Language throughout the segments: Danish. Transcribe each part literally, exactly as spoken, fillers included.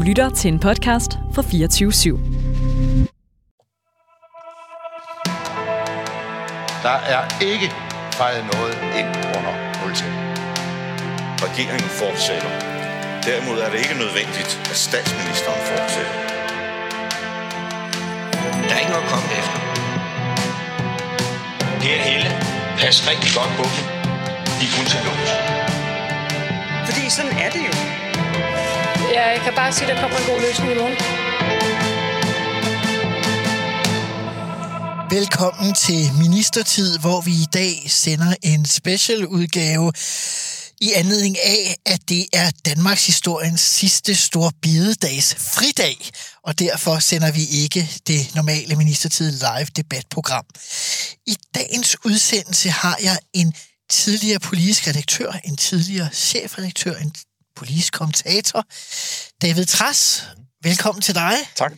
lytter til en podcast fra fireogtyve syv. Der er ikke fejret noget ind under nul-tal. Regeringen fortsætter. Derimod er det ikke nødvendigt, at statsministeren fortsætter. Der er ikke noget at komme efter. Per Helle, pas rigtig godt på dem. De er kun til lås. Fordi sådan er det jo. Ja, jeg kan bare sige, at der kommer en god løsning i morgen. Velkommen til Ministertid, hvor vi i dag sender en special udgave i anledning af, at det er Danmarks historiens sidste store bededags fridag, og derfor sender vi ikke det normale Ministertid live debatprogram. I dagens udsendelse har jeg en tidligere politisk redaktør, en tidligere chefredaktør, en politisk kommentator, David Trads. Velkommen til dig. Tak.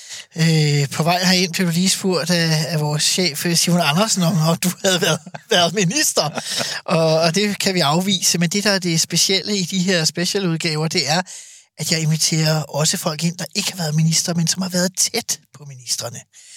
Øh, på vej herind blev du lige spurgt af, af vores chef, Simon Andersen, om, om du havde været, været minister. Og, og det kan vi afvise. Men det, der er det specielle i de her specialudgaver, det er, at jeg inviterer også folk ind, der ikke har været minister, men som har været tæt på ministerne.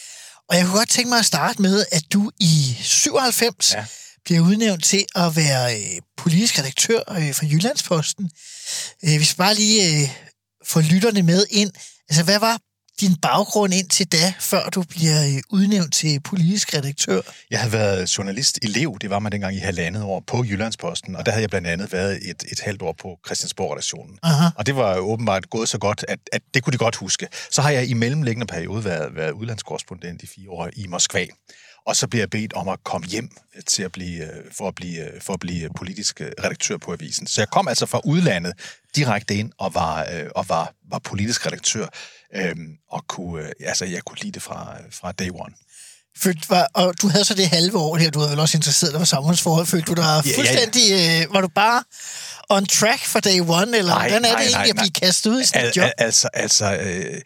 Og jeg kunne godt tænke mig at starte med, at du i syvoghalvfems ja. bliver udnævnt til at være øh, politisk redaktør øh, for Jyllandsposten. Øh, vi skal bare lige øh, få lytterne med ind. Altså, hvad var din baggrund indtil da, før du bliver udnævnt til politisk redaktør? Jeg havde været journalist-elev, det var man dengang i halvandet år, på Jyllandsposten, og der havde jeg blandt andet været et, et halvt år på Christiansborg-redaktionen. Aha. Og det var åbenbart gået så godt, at, at det kunne de godt huske. Så har jeg i mellemliggende periode været, været udlandskorrespondent i fire år i Moskva. Og så bliver jeg bedt om at komme hjem til at blive, for, at blive, for at blive politisk redaktør på avisen. Så jeg kom altså fra udlandet direkte ind og var, og var, var politisk redaktør. Øhm, og kunne, altså, jeg kunne lide det fra, fra day one. Følte, var, og du havde så det halve år her, du havde vel også interesseret dig for samfundsforhold. Følte du dig fuldstændig, ja, ja, ja. Øh, var du bare on track for day one, eller nej, hvordan er det nej, egentlig nej, at blive kastet ud i sådan et job? Al, altså, altså øh,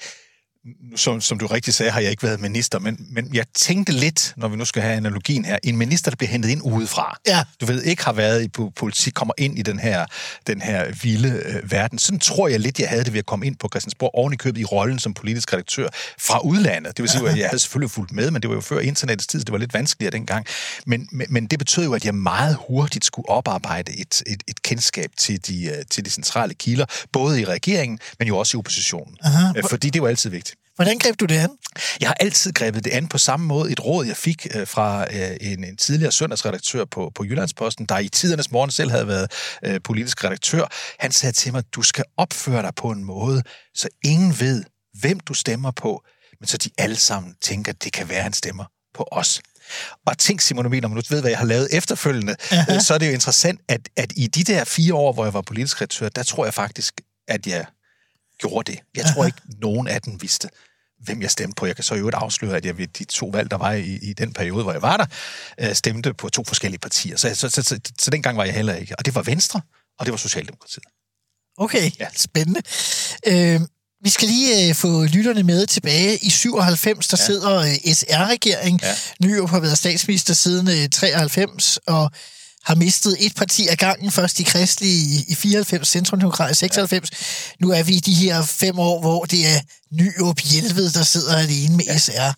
som, som du rigtig sagde, har jeg ikke været minister, men, men jeg tænkte lidt, når vi nu skal have analogien her, en minister, der bliver hentet ind udefra. Ja. Du ved, ikke har været i politik, kommer ind i den her, den her vilde øh, verden. Sådan tror jeg lidt, jeg havde det ved at komme ind på Christiansborg, oven i købet i rollen som politisk redaktør fra udlandet. Det vil sige, at jeg havde selvfølgelig fulgt med, men det var jo før internettets tid, det var lidt vanskeligere dengang. Men, men, men det betød jo, at jeg meget hurtigt skulle oparbejde et, et, et kendskab til de, til de centrale kilder, både i regeringen, men jo også i oppositionen. Aha. Fordi det var altid vigtigt. Hvordan greb du det an? Jeg har altid grebet det an på samme måde. Et råd, jeg fik øh, fra øh, en, en tidligere søndagsredaktør på, på Jyllandsposten, der i tidernes morgen selv havde været øh, politisk redaktør. Han sagde til mig, du skal opføre dig på en måde, så ingen ved, hvem du stemmer på, men så de alle sammen tænker, at det kan være, han stemmer på os. Og tænk, Simon Emil, når man nu ved, hvad jeg har lavet efterfølgende, øh, så er det jo interessant, at, at i de der fire år, hvor jeg var politisk redaktør, der tror jeg faktisk, at jeg gjorde det. Jeg tror ikke, nogen af dem vidste, hvem jeg stemte på. Jeg kan så jo ikke afsløre, at jeg ved de to valg, der var i, i den periode, hvor jeg var der, øh, stemte på to forskellige partier. Så, så, så, så, så dengang var jeg heller ikke. Og det var Venstre, og det var Socialdemokratiet. Okay, ja. Spændende. Øh, vi skal lige øh, få lytterne med tilbage. I syvoghalvfems, der ja. sidder øh, S R-regering. Ja. Nyrup har været statsminister siden øh, treoghalvfems, og har mistet et parti af gangen, først de kristelige i fireoghalvfems, Centrum-Demokrat i seksoghalvfems. Ja. Nu er vi i de her fem år, hvor det er Nyrup Jelved, der sidder alene med ja. S R.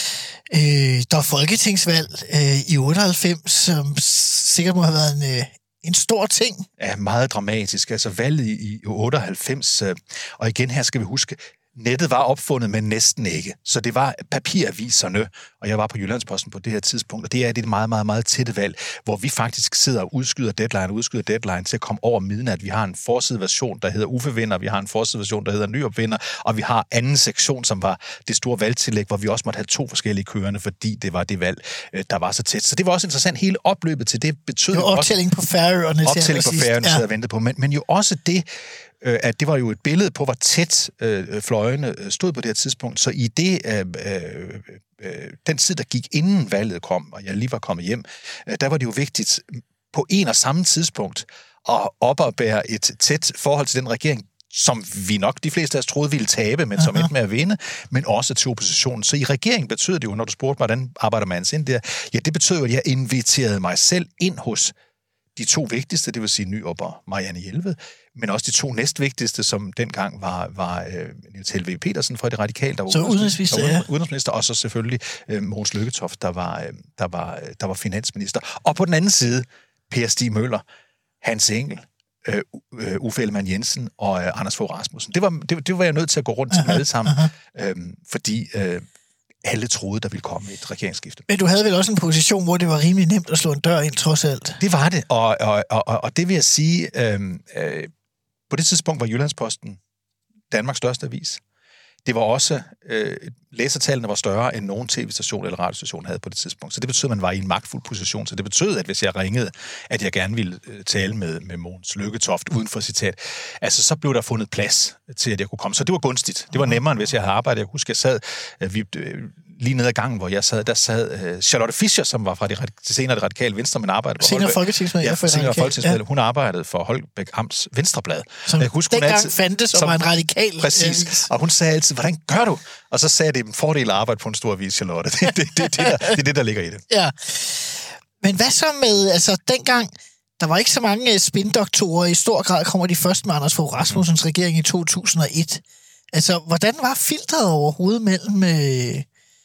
Øh, der er folketingsvalg øh, i otteoghalvfems, som sikkert må have været en, øh, en stor ting. Ja, meget dramatisk. Altså valget i otteoghalvfems, øh, og igen her skal vi huske, nettet var opfundet, men næsten ikke. Så det var papiraviserne, og jeg var på Jyllandsposten på det her tidspunkt, og det er et meget, meget, meget tætte valg, hvor vi faktisk sidder og udskyder deadline, udskyder deadline til at komme over midnat. Vi har en forsideversion, der hedder Uffe vinder, vi har en forsideversion, der hedder Nyrup vinder, og vi har anden sektion, som var det store valgtillæg, hvor vi også måtte have to forskellige kørende, fordi det var det valg, der var så tæt. Så det var også interessant, hele opløbet til det betød jo optælling på Færøerne. Optælling på Færøerne, ja. og ventede på, men, men jo også det, at det var jo et billede på, hvor tæt øh, fløjene stod på det her tidspunkt. Så i det, øh, øh, den tid, der gik inden valget kom, og jeg lige var kommet hjem, øh, der var det jo vigtigt på en og samme tidspunkt at oparbære et tæt forhold til den regering, som vi nok de fleste af os troede ville tabe, men som endte med at vinde, men også til oppositionen. Så i regeringen betød det jo, når du spurgte mig, hvordan arbejder man ind der, ja, det betød jo, at jeg inviterede mig selv ind hos de to vigtigste, det vil sige Nyrup og Marianne Jelved, men også de to næstvigtigste, som dengang var, var øh, Niels Helveg Petersen fra Det Radikale, der var så udenrigsminister, der var ja. udenrigsminister, og så selvfølgelig øh, Mogens Lykketoft, der var, øh, der, var, der var finansminister. Og på den anden side, Per Stig Møller, Hans Engel, øh, øh, Uffe Ellemann Jensen og øh, Anders Fogh Rasmussen. Det var, det, det var jeg nødt til at gå rundt til dem alle sammen, øh, fordi øh, alle troede, der ville komme et regeringsskifte. Men du havde vel også en position, hvor det var rimelig nemt at slå en dør ind, trods alt? Det var det, og, og, og, og det vil jeg sige, øh, øh, på det tidspunkt var Jyllandsposten Danmarks største avis. Det var også, øh, læsertallene var større, end nogen tv-station eller radiostation havde på det tidspunkt. Så det betød, at man var i en magtfuld position. Så det betød, at hvis jeg ringede, at jeg gerne ville tale med, med Mogens Lykketoft uden for citat, altså så blev der fundet plads til, at jeg kunne komme. Så det var gunstigt. Det var nemmere, end hvis jeg havde arbejdet. Jeg husker, jeg sad øh, vi, øh, lige nede ad gangen, hvor jeg sad, der sad øh, Charlotte Fischer, som var fra det senere det radikale Venstre, men arbejdede på senere folketingsmedlem. Ja, senere folketingsmedlem. Hun arbejdede for Holbæk Amts Venstreblad. Som jeg husker, dengang altid, fandtes og var en radikal præcis. Avis. Og hun sagde altid, hvordan gør du? Og så sagde det, en fordel at arbejde på en stor avis, Charlotte. Det, det, det, det, der, det er det, der ligger i det. Ja. Men hvad så med, altså dengang, der var ikke så mange spindoktorer, i stor grad kommer de først med Anders Fogh Rasmussens mm. regering i to tusind og et. Altså, hvordan var filteret overhovedet mellem, øh,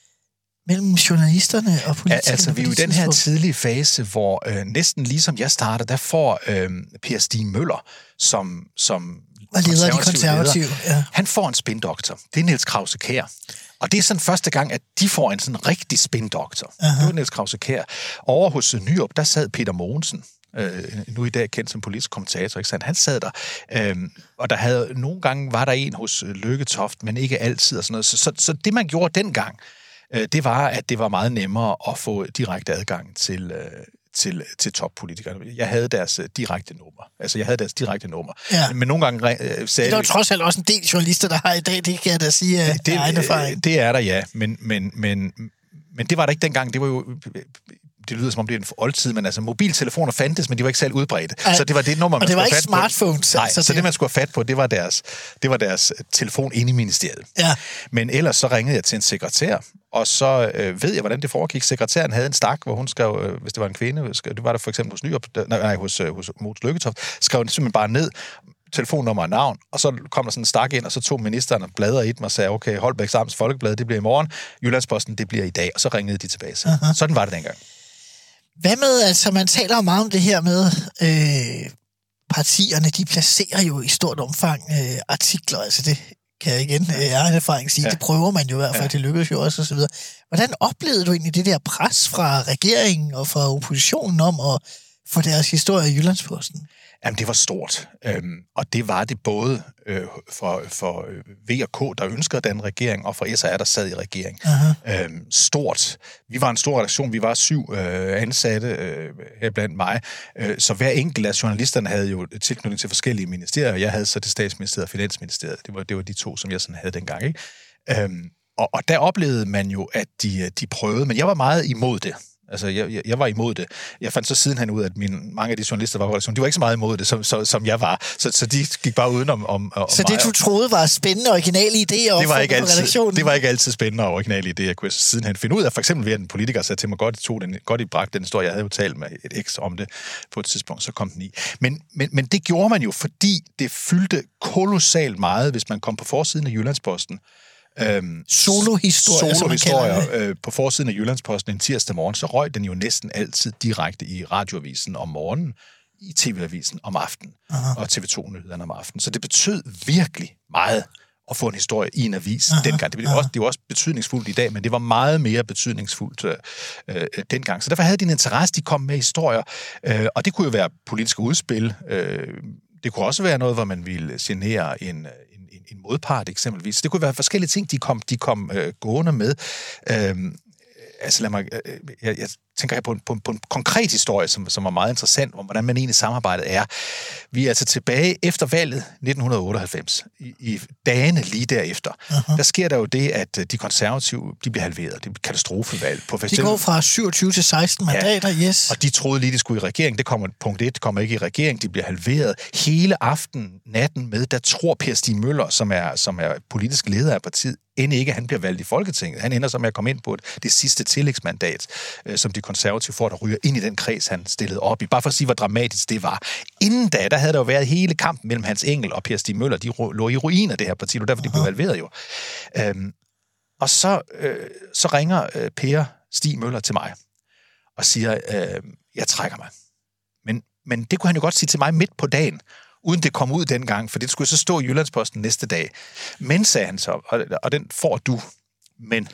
mellem journalisterne og politikerne? Altså, vi er jo i den her tidlige fase, hvor øh, næsten ligesom jeg starter, der får øh, Per Stig Møller, som, som og leder de konservative. Leder, ja. Han får en spindoktor. Det er Niels Krause-Kjær. Og det er sådan første gang, at de får en sådan rigtig spindoktor. Uh-huh. Det var Niels Krause-Kjær. Over hos Nyrup, der sad Peter Mogensen, øh, nu i dag kendt som politisk kommentator, ikke sandt? Han sad der, øh, og der havde nogle gange var der en hos Lykketoft, men ikke altid og sådan noget. Så, så, så det, man gjorde dengang, øh, det var, at det var meget nemmere at få direkte adgang til... Øh, til, til toppolitikerne. Jeg havde deres uh, direkte nummer. Altså, jeg havde deres direkte nummer. Ja. Men nogle gange uh, sagde... Det er jo trods alt også en del journalister, der har i dag, det kan jeg da sige af det, egen erfaring. Det er der, ja. Men, men, men, men det var der ikke dengang. Det var jo... Det lyder som om det er en oldtid, men altså mobiltelefoner fandtes, men de var ikke særlig udbredte. Ja. Så det var det nummer, man og det var skulle ikke smartphones. Nej, altså så det, det, man skulle have fat på, det var deres, det var deres telefon inde i ministeriet. Ja. Men ellers så ringede jeg til en sekretær, og så øh, ved jeg, hvordan det foregik. Sekretæren havde en stak, hvor hun skrev, øh, hvis det var en kvinde, skrev, det var der for eksempel hos Nyrup, nej, nej, hos, øh, hos Mogens Lykketoft, skrev den simpelthen bare ned, telefonnummer og navn, og så kom der sådan en stak ind, og så tog ministeren og bladrede i dem og sagde, okay, Holbæk Amts Folkeblad, det bliver i morgen, Jyllandsposten, det bliver i dag, og så ringede de tilbage. Uh-huh. Sådan var det dengang. Hvad med, altså man taler jo meget om det her med, øh, partierne, de placerer jo i stort omfang øh, artikler, altså det kan jeg igen, øh, jeg har en erfaring sige, ja. Det prøver man jo i hvert fald, ja. Det lykkedes jo også, og så videre. Hvordan oplevede du egentlig det der pres fra regeringen og fra oppositionen om at få deres historie i Jyllandsposten? Jamen, det var stort, øhm, og det var det både øh, for, for V og K, der ønskede den regering, og for S og R, der sad i regering. Øhm, stort. Vi var en stor redaktion, vi var syv øh, ansatte øh, her blandt mig, øh, så hver enkelt af journalisterne havde jo tilknytning til forskellige ministerier, jeg havde så det Statsministeriet og Finansministeriet. Det var, det var de to, som jeg sådan havde dengang, ikke? Øhm, og, og der oplevede man jo, at de, de prøvede, men jeg var meget imod det. Altså, jeg, jeg var imod det. Jeg fandt så sidenhen ud af, at mine, mange af de journalister var de var ikke så meget imod det, som, som, som jeg var. Så, så de gik bare udenom om, om Så det, du troede var spændende og originale idéer det var ikke altid, redaktionen? Det var ikke altid spændende og originale idéer, jeg kunne sidenhen finde ud af. For eksempel ved, at en politiker sagde til mig, godt, tog den, godt i bragt den historie. Jeg havde jo talt med et eks om det på et tidspunkt, så kom den i. Men, men, men det gjorde man jo, fordi det fyldte kolossalt meget, hvis man kom på forsiden af Jyllandsposten. Øhm, Solo-historier, Solo-historier øh, på forsiden af Jyllandsposten en tirsdag morgen, så røg den jo næsten altid direkte i radioavisen om morgenen, i T V-avisen om aftenen, aha, og T V to-nyhederne om aftenen. Så det betød virkelig meget at få en historie i en avis aha, dengang. Det var, også, det var også betydningsfuldt i dag, men det var meget mere betydningsfuldt øh, øh, dengang. Så derfor havde de en interesse, de kom med historier, øh, og det kunne jo være politiske udspil. Øh, det kunne også være noget, hvor man ville genere en en modpart eksempelvis. Det kunne være forskellige ting, de kom, de kom øh, gående med. Øhm, altså lad mig, øh, jeg, jeg tænker her på en, på, på en konkret historie, som, som var meget interessant, om hvordan man egentlig samarbejdet er. Vi er altså tilbage efter valget nitten otteoghalvfems. I, i dagene lige derefter, uh-huh, der sker der jo det, at de konservative, de bliver halveret. Det er et katastrofevalg. På de går fra syvogtyve til seksten mandater, ja, yes. Og de troede lige, de skulle i regering. Det kommer punkt et, kommer ikke i regering. De bliver halveret. Hele aften, natten med, der tror Per Stig Møller, som er, som er politisk leder af partiet, end ikke, han bliver valgt i Folketinget. Han ender så med at komme ind på et, det sidste tillægsmandat, øh, som de konservative for, at der ryger ind i den kreds, han stillede op i. Bare for at sige, hvor dramatisk det var. Inden da, der havde der jo været hele kampen mellem Hans Engel og Per Stig Møller. De lå i ruiner, det her parti, og derfor de blev halveret jo. Øhm, og så, øh, så ringer øh, Per Stig Møller til mig og siger, øh, jeg trækker mig. Men, men det kunne han jo godt sige til mig midt på dagen, uden det kom ud dengang, for det skulle så stå i Jyllandsposten næste dag. Men, sagde han så, og, og den får du, men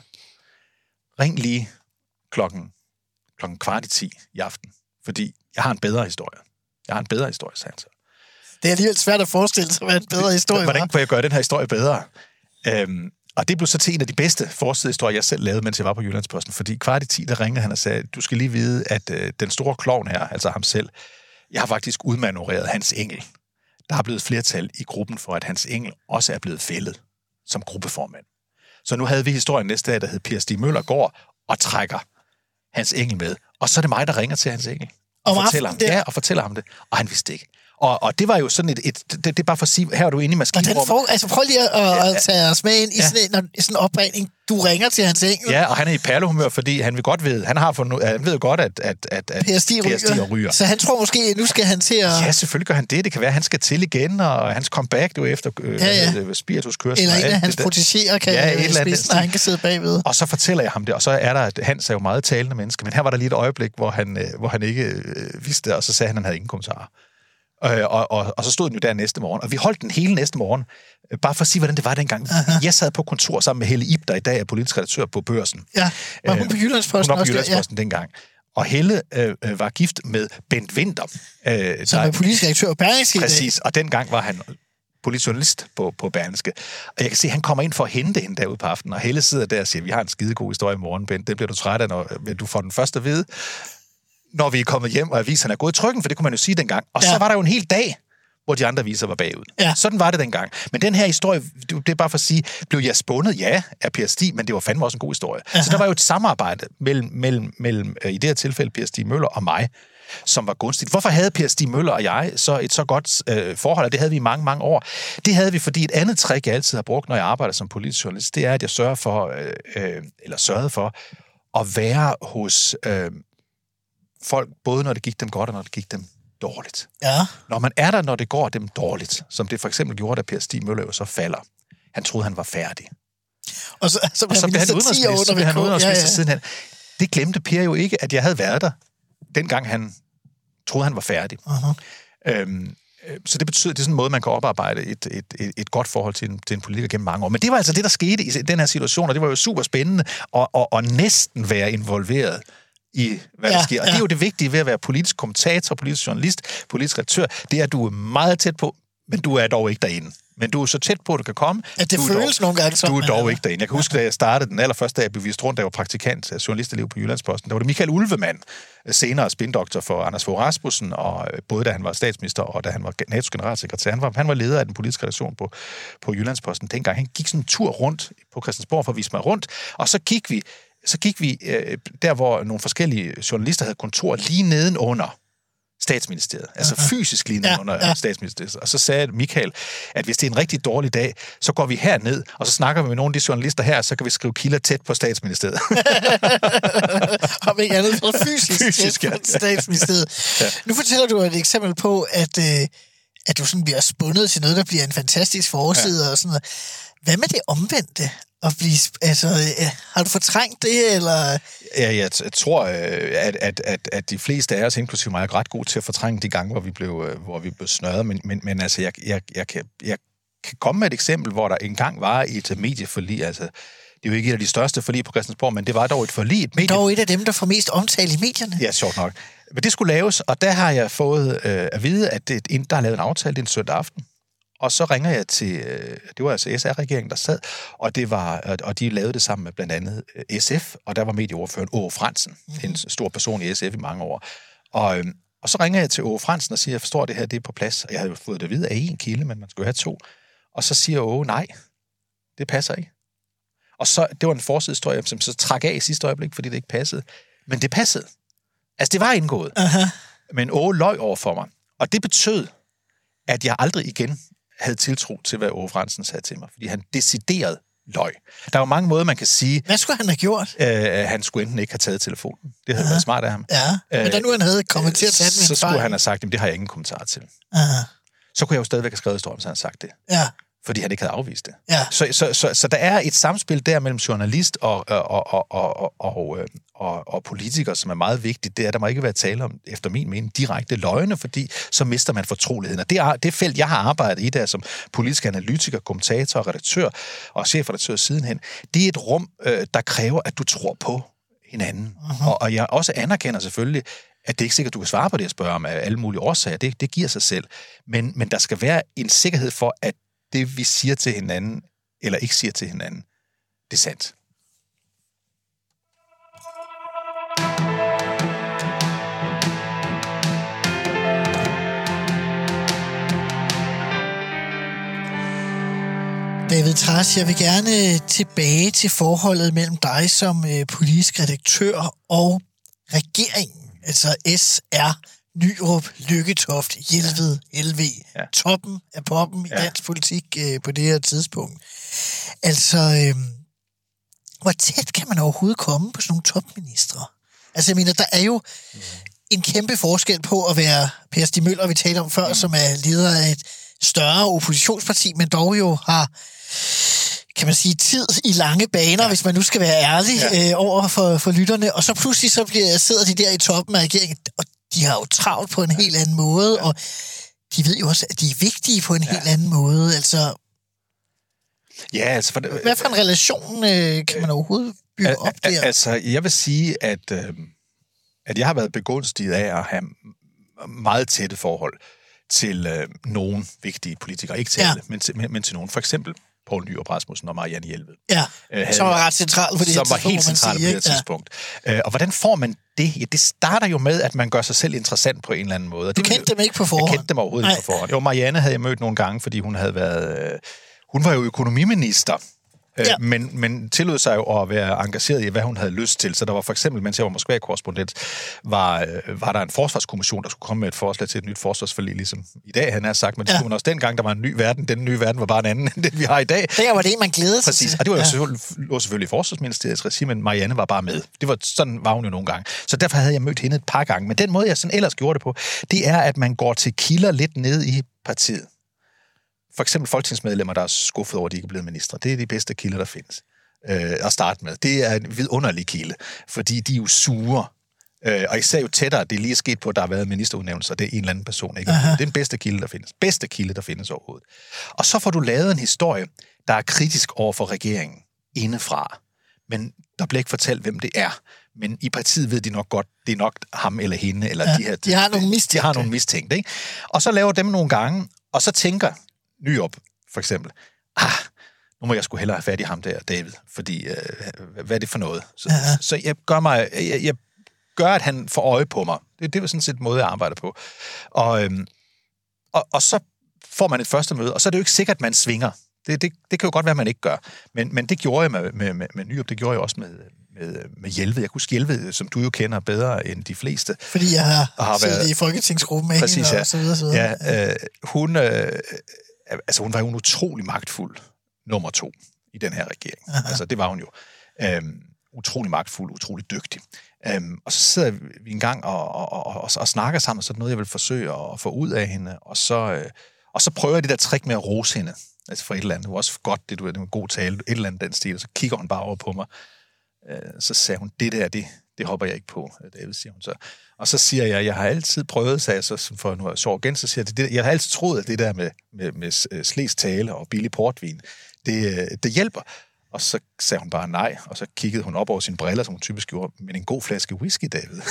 ring lige klokken, klokken kvart i ti i aften, fordi jeg har en bedre historie. Jeg har en bedre historie, sagde han så. Det er alligevel svært at forestille sig, hvad en bedre historie Hvordan var. kan jeg gøre den her historie bedre? Øhm, og det blev så til en af de bedste forsidehistorier, jeg selv lavede, mens jeg var på Jyllandsposten, fordi kvart i ti, der ringede han og sagde, du skal lige vide, at øh, den store klovn her, altså ham selv, jeg har faktisk udmanøvreret Hans Engel. Der er blevet flertal i gruppen for, at Hans Engel også er blevet fældet som gruppeformand. Så nu havde vi historien næste dag, der hed Per Stig Møller går og trækker Hans Engel med. Og så er det mig, der ringer til Hans Engel. Og, og fortæller ham det. Ja, og fortæller ham det. Og han vidste ikke. Og, og det var jo sådan et... et det, det er bare for at sige, her er du inde i maskinrummet. For, altså prøv lige at, ja, at tage os med ind i ja. sådan, en, sådan en opregning. Du ringer til Hans Engel. Ja, og han er i perlehumør, fordi han vil godt ved, han har fundet, han ved jo godt, at, at, at, at Per Stig ryger. ryger. Så han tror måske, nu skal han til at... Ja, selvfølgelig gør han det. Det kan være, at han skal til igen, og hans comeback jo efter øh, ja, ja. spirituskørsel. Eller en af hans protegéer kan ja, spidsen, og han kan sidde bagved. Og så fortæller jeg ham det, og så er der, at Hans er jo meget talende menneske, men her var der lige et øjeblik, hvor han, øh, hvor han ikke øh, vidste det, og så sagde han, at han havde ingen kommentarer. Øh, og, og, og så stod den jo der næste morgen, og vi holdt den hele næste morgen, øh, bare for at sige, hvordan det var dengang. Uh-huh. Jeg sad på kontor sammen med Helle Ib, der i dag er politisk redaktør på Børsen. Ja, var hun på Jyllandsposten Hun var på også? Jyllandsposten ja. dengang. Og Helle øh, var gift med Bent Winther. Øh, Som er politisk redaktør på Berlingske i dag. Præcis, og dengang var han politisk journalist på, på Berlingske. Og jeg kan se, at han kommer ind for at hente hende derude på aftenen, og Helle sidder der og siger, vi har en skidegod historie i morgen, Bent. Den bliver du træt af, når du får den første at vide, når vi er kommet hjem, og aviserne er gået i trykken, for det kunne man jo sige dengang. Og ja. så var der jo en hel dag, hvor de andre aviser var bagud. Ja. Sådan var det dengang. Men den her historie, det er bare for at sige, blev jeg spundet? Ja, af Per Stig, men det var fandme også en god historie. Aha. Så der var jo et samarbejde mellem, mellem, mellem i det her tilfælde, Per Stig Møller og mig, som var gunstigt. Hvorfor havde Per Stig Møller og jeg så et så godt øh, forhold, og det havde vi i mange, mange år? Det havde vi, fordi et andet trick, jeg altid har brugt, når jeg arbejder som politisk journalist, det er, at jeg sørger for, øh, øh, eller sørgede for, at være hos øh, folk, både når det gik dem godt, og når det gik dem dårligt. Ja. Når man er der, når det går dem dårligt, som det for eksempel gjorde, da Per Stig Møller jo så falder. Han troede, han var færdig. Og så, så, og så blev han udenrigsminister, så blev han udenrigsminister ja, ja. siden han. Det glemte Per jo ikke, at jeg havde været der, dengang han troede, han var færdig. Uh-huh. Øhm, så det betyder, det er sådan en måde, man kan oparbejde et, et, et, et godt forhold til en, til en politiker gennem mange år. Men det var altså det, der skete i den her situation, og det var jo super spændende at, at, at næsten være involveret i, hvad ja, der sker. Og ja. det er jo det vigtige ved at være politisk kommentator, politisk journalist, politisk redaktør, det er, at du er meget tæt på, men du er dog ikke derinde. Men du er så tæt på, at du kan komme. At det du føles dog, nogle gange som. Du er dog ikke derinde. Jeg kan huske, da jeg startede den allerførste dag, jeg blev vist rundt, da jeg var praktikant af journalistelev på Jyllandsposten. Der var det Michael Ulvemann, senere spindoktor for Anders Fogh Rasmussen, og både da han var statsminister, og da han var N A T O's generalsekretær. Han var, han var leder af den politiske redaktion på, på Jyllandsposten dengang. Han gik sådan en tur rundt på Christiansborg for at vise mig rundt, og så gik vi Så gik vi øh, der, hvor nogle forskellige journalister havde kontor lige nedenunder Statsministeriet. Altså uh-huh. fysisk lige nedenunder ja, ja. Statsministeriet. Og så sagde Michael, at hvis det er en rigtig dårlig dag, så går vi herned, og så snakker vi med nogle af de journalister her, så kan vi skrive kilder tæt på Statsministeriet. Om ikke andet for fysisk, fysisk tæt på ja. Statsministeriet. Ja. Nu fortæller du et eksempel på, at, øh, at du sådan bliver spundet til noget, der bliver en fantastisk forside ja. og sådan noget. Hvad med det omvendte? At blive, altså, har du fortrængt det, eller? Ja, jeg t- tror, at, at, at, at de fleste af os, inklusive mig, er ret gode til at fortrænge de gange, hvor vi blev, hvor vi blev snørret. Men, men, men altså, jeg, jeg, jeg, kan, jeg kan komme med et eksempel, hvor der engang var et medieforlig. Altså, det er jo ikke et af de største forlig på Christiansborg, men det var dog et forlig. Et medie... Dog et af dem, der får mest omtale i medierne. Ja, sjovt nok. Men det skulle laves, og der har jeg fået øh, at vide, at det, der er lavet en aftale, det er en søndag aften. Og så ringer jeg til, det var altså S R-regeringen, der sad, og, det var, og de lavede det sammen med blandt andet S F, og der var medieordføreren Åge Frandsen, mm-hmm. en stor person i S F i mange år. Og, og så ringer jeg til Åge Frandsen og siger, jeg forstår det her, det er på plads, og jeg havde fået det at vide af en kilde, men man skulle have to. Og så siger Åge, nej, det passer ikke. Og så, det var en forsidehistorie, som så trak af i sidste øjeblik, fordi det ikke passede. Men det passede. Altså, det var indgået. Uh-huh. Men Åge løj over for mig. Og det betød, at jeg aldrig igen havde tiltro til, hvad Åge Frandsen sagde til mig. Fordi han decideret løg. Der er jo mange måder, man kan sige... Hvad skulle han have gjort? Øh, han skulle enten ikke have taget telefonen. Det havde ja. været smart af ham. Ja, men da nu han havde kommet til at tage den så skulle fejl. han have sagt, at det har jeg ingen kommentar til. Aha. Så kunne jeg jo stadigvæk have skrevet historien, så han sagt det. Ja. Fordi han ikke havde afvist det. Ja. Så, så, så, så der er et samspil der mellem journalist og, og, og, og, og, og, og politikere, som er meget vigtigt. Det er, der må ikke være tale om, efter min mening, direkte løgne, fordi så mister man fortroligheden. Og det, er, det felt, jeg har arbejdet i der som politisk analytiker, kommentator, redaktør og chefredaktør sidenhen, det er et rum, der kræver, at du tror på hinanden. Uh-huh. Og, og jeg også anerkender selvfølgelig, at det ikke er sikkert, du kan svare på det, jeg spørger om af alle mulige årsager. Det, det giver sig selv. Men, men der skal være en sikkerhed for, at det, vi siger til hinanden, eller ikke siger til hinanden, det er sandt. David Trads, jeg vil gerne tilbage til forholdet mellem dig som øh, politisk redaktør og regeringen. Altså S R, Nyrup, Lykketoft, Jelved, L V. Ja. Toppen af poppen i ja. dansk politik øh, på det her tidspunkt. Altså, øh, hvor tæt kan man overhovedet komme på sådan nogle topministre? Altså, jeg mener, der er jo mm. en kæmpe forskel på at være Per Stig Møller, vi talte om før, mm. som er leder af et større oppositionsparti, men dog jo har, kan man sige, tid i lange baner, ja. hvis man nu skal være ærlig ja. øh, over for, for lytterne. Og så pludselig så bliver, sidder de der i toppen af regeringen, og de har jo travlt på en helt anden måde, ja. og de ved jo også, at de er vigtige på en ja. helt anden måde. Altså, ja, altså for det, hvad for en relation øh, kan man overhovedet bygge op al, der? Altså, jeg vil sige, at, øh, at jeg har været begunstiget af at have meget tætte forhold til øh, nogle vigtige politikere. Ikke til ja. alle, men til, men, men til nogen. For eksempel Poul Nyrup Rasmussen og Marianne Jelved. Ja, øh, som var ret centralt på det her tidspunkt. Som var helt centralt på det her tidspunkt. Ja. Øh, og hvordan får man det? Ja, det starter jo med, at man gør sig selv interessant på en eller anden måde. Du det, kendte dem ikke på forhånd? Jeg kendte dem overhovedet Nej. ikke på forhånd. Jo, Marianne havde jeg mødt nogle gange, fordi hun havde været... Øh, hun var jo økonomiminister. Ja. Men, men tillod sig jo at være engageret i, hvad hun havde lyst til. Så der var for eksempel, mens jeg var Moskva-korrespondent, var, var der en forsvarskommission, der skulle komme med et forslag til et nyt forsvarsforlig, ligesom i dag, han har sagt. Men det skulle ja. man også dengang, der var en ny verden. Den nye verden var bare en anden, end den vi har i dag. Det var det, man glædede sig Præcis. til. Og det var jo ja. selvfølgelig, lå selvfølgelig i Forsvarsministeriets regi, men Marianne var bare med. Det var, sådan var hun jo nogle gange. Så derfor havde jeg mødt hende et par gange. Men den måde, jeg sådan ellers gjorde det på, det er, at man går til kilder lidt ned i partiet. For eksempel folketingsmedlemmer, der er skuffet over, at de ikke er blevet ministre. Det er de bedste kilder, der findes øh, at starte med. Det er en vidunderlig kilde, fordi de er jo sure. Øh, og især jo tættere, det er lige sket på, at der har været ministerudnævnelser, det er en eller anden person. Ikke? Det er den bedste kilde, der findes. Bedste kilde, der findes overhovedet. Og så får du lavet en historie, der er kritisk over for regeringen indefra. Men der bliver ikke fortalt, hvem det er. Men i partiet ved de nok godt, det er nok ham eller hende. Eller ja, de, her, de har nogle mistænkte. De har nogle mistænkte, ikke? Og så laver dem nogle gange, og så tænker Nyrup, for eksempel, ah, nu må jeg sgu hellere have fat i ham der, David, fordi, øh, hvad er det for noget? Så, ja. så jeg gør mig, jeg, jeg gør, at han får øje på mig. Det, det var sådan set en måde, jeg arbejder på. Og, øhm, og, og så får man et første møde, og så er det jo ikke sikkert, at man svinger. Det, det, det kan jo godt være, at man ikke gør. Men, men det gjorde jeg med, med, med, med Nyrup, det gjorde jeg også med, med, med Jelved. Jeg kunne huske Jelved, som du jo kender bedre end de fleste. Fordi jeg har, har siddet været, i folketingsgruppen med præcis, hende, ja. og så videre, så videre. Ja, øh, hun, øh, altså, hun var jo en utrolig magtfuld nummer to i den her regering. Aha. Altså, det var hun jo. Øhm, utrolig magtfuld, utrolig dygtig. Øhm, og så sidder vi en gang og, og, og, og, og snakker sammen, så er det noget, jeg vil forsøge at få ud af hende. Og så, øh, og så prøver jeg det der trick med at rose hende. Altså for et eller andet. Det var også godt, det, du er en god tale. Et eller andet den stil. Og så kigger hun bare over på mig. Øh, så sagde hun, det der, det, det hopper jeg ikke på, David, siger hun så. Og så siger jeg, jeg har altid prøvet, sagde jeg så for nu sjov igen, så siger jeg, det, jeg har altid troet, at det der med, med, med slæs tale og billig portvin, det, det hjælper. Og så sagde hun bare nej, og så kiggede hun op over sine briller, som hun typisk gjorde, men en god flaske whisky, David.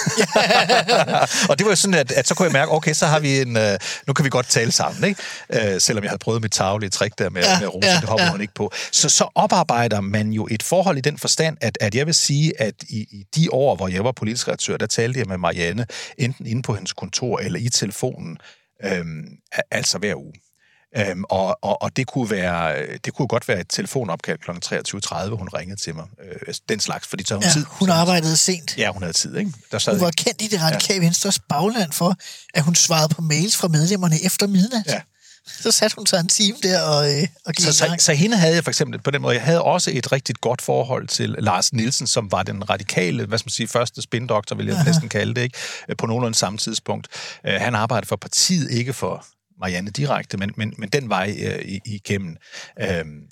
Og det var jo sådan, at, at så kunne jeg mærke, okay, så har vi en, uh, nu kan vi godt tale sammen, ikke? Uh, selvom jeg havde prøvet mit tavlige trick der med, ja, med Rosa, ja, det hopper ja. hun ikke på. Så, så oparbejder man jo et forhold i den forstand, at, at jeg vil sige, at i, i de år, hvor jeg var politisk redaktør, der talte jeg med Marianne, enten inde på hendes kontor eller i telefonen, øhm, altså hver uge. Øhm, og, og, og det kunne være, det kunne godt være et telefonopkald klokken treogtyve tredive, hun ringede til mig. Øh, den slags, fordi så hun ja, tid. Hun arbejdede sent. Ja, hun havde tid, ikke? Der sad hun var kendt i det radikale ja. Venstres bagland for, at hun svarede på mails fra medlemmerne efter midnat. Ja. Så satte hun sig en time der og, øh, og gik så, så, så hende havde jeg for eksempel på den måde, jeg havde også et rigtig godt forhold til Lars Nielsen, som var den radikale, hvad skal man sige, første spindoktor, vil jeg Aha. næsten kalde det, ikke? På nogenlunde samme tidspunkt. Uh, han arbejdede for partiet, ikke for Marianne direkte, men, men, men den vej uh, igennem. Uh,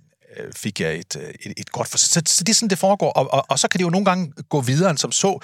fik jeg et, et, et godt for... Så, så det er sådan, det foregår. Og, og, og så kan det jo nogle gange gå videre end som så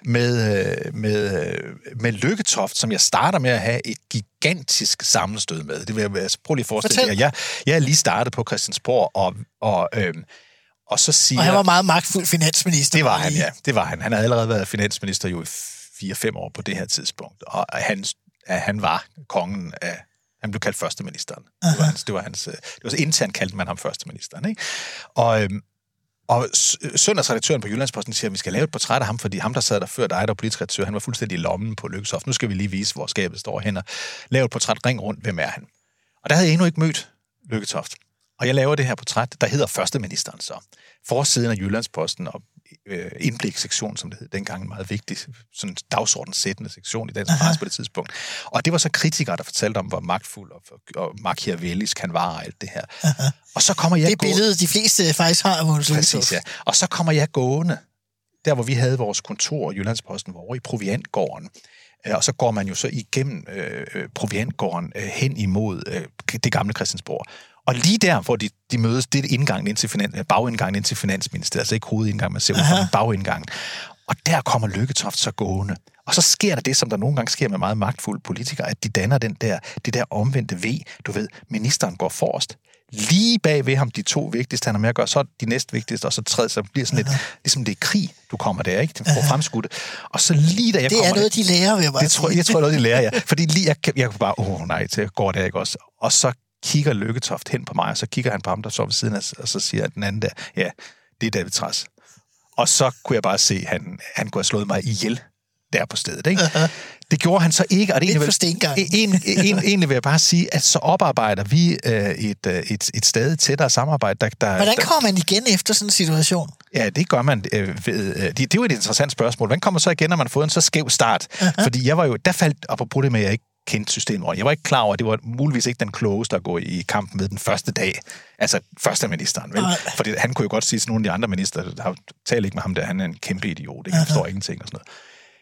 med, med, med Lykketoft, som jeg starter med at have et gigantisk sammenstød med. Det vil jeg altså, prøve lige at forestille jer. Jeg, jeg er lige startet på Christiansborg, og, og, øhm, og så siger... Og han var meget magtfuld finansminister. Det var han, ja. Det var han. Han havde allerede været finansminister jo i fire fem år på det her tidspunkt. Og han, han var kongen af... Han blev kaldt førsteministeren. Det var hans, det var hans, det var så internt kaldte man ham førsteministeren, ikke? Og, øhm, og søndagsredaktøren på Jyllandsposten siger, at vi skal lave et portræt af ham, fordi ham, der sad der før dig, der var politisk redaktør, han var fuldstændig i lommen på Lykketoft. Nu skal vi lige vise, hvor skabet står hen og lave et portræt, ring rundt, hvem er han? Og der havde jeg endnu ikke mødt Lykketoft. Og jeg laver det her portræt, der hedder førsteministeren så. Forsiden af Jyllandsposten og øh, indbliksektion, som det hed dengang, en meget vigtig, sådan dagsordenssættende sektion i dansk pres på det tidspunkt. Og det var så kritikere, der fortalte om, hvor magtfuld og, og machiavellisk han var og alt det her. Aha. Og så kommer jeg det gående... billede, de fleste faktisk har af Mogens Lykketoft. Præcis, ja. Og så kommer jeg gående, der hvor vi havde vores kontor i Jyllandsposten, hvor over i Proviantgården. Og så går man jo så igennem øh, Proviantgården øh, hen imod øh, det gamle Christiansborg. Og lige der, hvor de, de mødes, det er indgangen ind til finans, bagindgangen ind til Finansministeriet, altså ikke hovedindgangen, man ser ud fra bagindgangen. Og der kommer Lykketoft så gående. Og så sker der det, som der nogle gange sker med meget magtfulde politikere, at de danner den der, det der omvendte V. Du ved, ministeren går forrest. Lige bag ved ham, de to vigtigste, han har med at gøre, så de næstvigtigste, og så tredje, så bliver sådan lidt, ligesom det er krig, du kommer der, ikke? Den får fremskudte. Og så lige da jeg det kommer... Det er noget, de lærer, vil jeg bare det tror, Jeg tror, noget, de lærer, ja. Fordi lige, jeg, jeg kunne bare, åh oh, nej, til går der ikke også. Og så kigger Lykketoft hen på mig, og så kigger han på ham, der står ved siden af, og så siger den anden der, ja, det er David Trads. Og så kunne jeg bare se, at han, han kunne have slået mig ihjel der på stedet, ikke? Uh-huh. Det gjorde han så ikke, og det egentlig, vil, en, en, egentlig vil jeg bare sige, at så oparbejder vi øh, et, et, et stadig tættere samarbejde. Der, der, Hvordan kommer man igen efter sådan en situation? Ja, det gør man øh, ved... Øh, det, det er jo et interessant spørgsmål. Hvordan kommer man så igen, når man har fået en så skæv start? Uh-huh. Fordi jeg var jo... Der faldt, apropos det med, at jeg ikke kendte systemet. Jeg var ikke klar over, at det var muligvis ikke den klogeste at gå i kampen med den første dag. Altså, første ministeren, vel? Uh-huh. Fordi han kunne jo godt sige til nogle af de andre minister, der har talt ikke med ham der, han er en kæmpe idiot, ikke? Han forstår uh-huh. ingenting og sådan noget.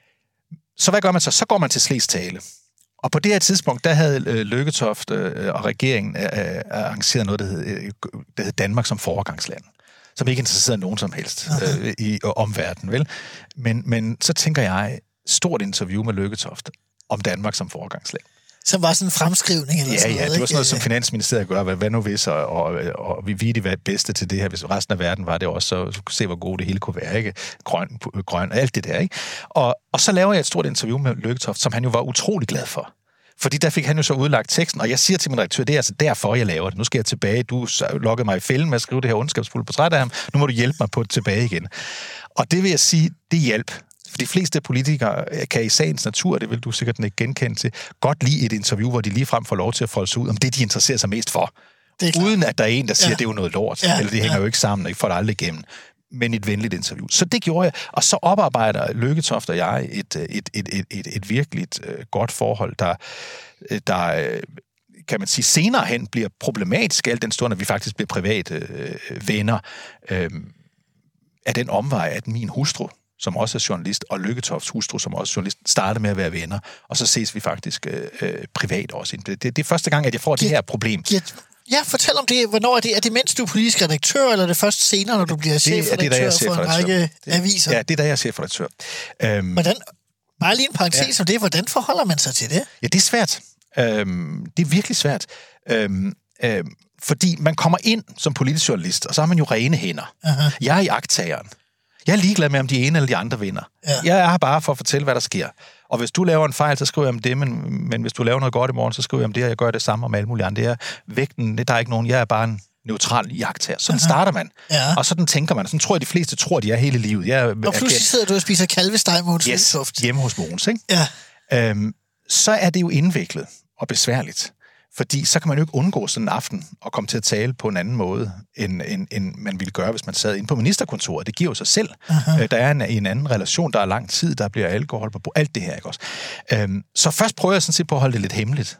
Så hvad gør man så? Så går man til Slesvig-tale. Og på det her tidspunkt, der havde øh, Lykketoft øh, og regeringen øh, arrangeret noget, der hed, øh, der hed Danmark som foregangsland, som ikke interesserede nogen som helst øh, i øh, omverdenen, vel? Men, men så tænker jeg, stort interview med Lykketoft om Danmark som foregangsland. Som var sådan en fremskrivning eller ja, sådan noget, noget, Ja, det var sådan noget, ikke? som Finansministeriet gør. Hvad, hvad nu hvis, og, og, og vi ville være bedste til det her, hvis resten af verden var det også, så, så kunne se, hvor gode det hele kunne være, ikke? Grøn, grøn, alt det der, ikke? Og, og så laver jeg et stort interview med Lykketoft, som han jo var utrolig glad for. Fordi der fik han jo så udlagt teksten, og jeg siger til min redaktør, det er altså derfor, jeg laver det. Nu skal jeg tilbage. Du lokkede mig i fælden med at skrive det her ondskabsfulde portræt af ham. Nu må du hjælpe mig på det tilbage igen. Og det vil jeg sige, det hjælp. For de fleste politikere kan i sagens natur, det vil du sikkert ikke genkende til, godt lide et interview, hvor de ligefrem får lov til at folde sig ud om det, de interesserer sig mest for. Uden at der er en, der siger, ja. Det er jo noget lort, ja, eller det hænger ja. jo ikke sammen, og ikke får det aldrig igennem. Men et venligt interview. Så det gjorde jeg, og så oparbejder Lykketoft og jeg et, et, et, et, et, et virkeligt uh, godt forhold, der, der uh, kan man sige, senere hen bliver problematisk, alt den stund, at vi faktisk bliver private uh, venner uh, af den omvej, at min hustru, som også er journalist, og Lykketofts hustru, som også er journalist, startede med at være venner, og så ses vi faktisk øh, øh, privat også. Det, det, det er første gang, at jeg får det her problem. Ja, fortæl om det. Hvornår er det? Er det mens du er politisk redaktør, eller er det først senere, når du bliver chefredaktør for en række aviser? Ja, det er da jeg er chefredaktør. Øhm, hvordan, bare lige en parentes ja. om det. Hvordan forholder man sig til det? Ja, det er svært. Øhm, det er virkelig svært. Øhm, øhm, fordi man kommer ind som politisk journalist, og så har man jo rene hænder. Aha. Jeg er iagttageren. Jeg er ligeglad med, om de ene eller de andre vinder. Ja. Jeg er her bare for at fortælle, hvad der sker. Og hvis du laver en fejl, så skriver jeg om det, men, men hvis du laver noget godt i morgen, så skriver jeg om det, og jeg gør det samme om alle mulige andre. Det er vægten, det der er ikke nogen, jeg er bare en neutral iagttager. Sådan Aha. starter man. Ja. Og sådan tænker man. Sådan tror jeg, de fleste tror, de er hele livet. Jeg, og pludselig er, sidder du og spiser kalvesteg med Mogens Lykketoft. Yes, hjemme hos Mogens, ikke? Ja. Øhm, så er det jo indviklet og besværligt. Fordi så kan man jo ikke undgå sådan en aften og komme til at tale på en anden måde, end, end, end man ville gøre, hvis man sad inde på ministerkontoret. Det giver jo sig selv. Uh-huh. Der er en, en anden relation, der er lang tid, der bliver alkohol på alt det her, ikke også? Øhm, så først prøver jeg sådan set på at holde det lidt hemmeligt.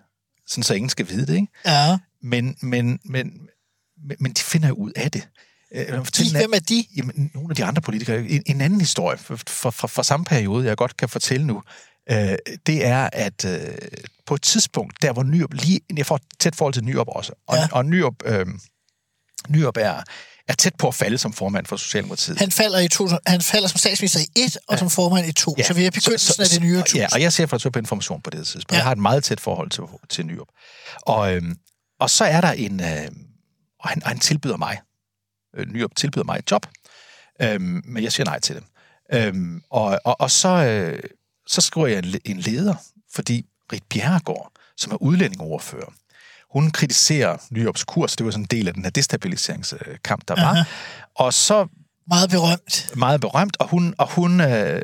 sådan så ingen skal vide det, ikke? Ja. Men, men, men, men, men de finder jo ud af det. De, hvem er de? Jamen, nogle af de andre politikere. En, en anden historie fra, fra, fra samme periode, jeg godt kan fortælle nu, øh, det er, at øh, på et tidspunkt, der hvor Nyrup lige... Jeg får tæt forhold til Nyrup også. Og, ja. og Nyrup, øh, Nyrup er, er tæt på at falde som formand for Socialdemokratiet. Han falder, i to, han falder som statsminister i et, og ja. som formand i to. Ja. Så vi er begyndelsen af det nye tusind. Ja, og jeg ser faktisk på information på det tidspunkt. Ja. Jeg har et meget tæt forhold til, til Nyrup. Og, øh, og så er der en... Øh, og han, han tilbyder mig Nyrup tilbyder mig et job, øhm, men jeg siger nej til dem. Øhm, og, og, og så, øh, så skriver jeg en, en leder, fordi Rit Bjerregaard, som er udlændingeordfører, hun kritiserer Nyrups kurs, det var sådan en del af den her destabiliseringskamp, der var. Aha. Og så... Meget berømt. Meget berømt, og hun, og hun øh,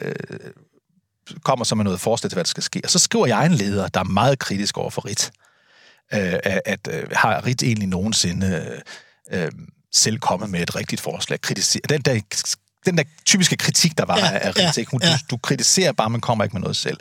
kommer så med noget forslag til, hvad der skal ske. Og så skriver jeg en leder, der er meget kritisk over for Rit. Øh, at, at øh, har Rit egentlig nogensinde... Øh, selv kommet med et rigtigt forslag. Kritisere. Den der, den der typiske kritik, der var ja, af Rit, ja, Hun, ja. du, du kritiserer bare, man kommer ikke med noget selv.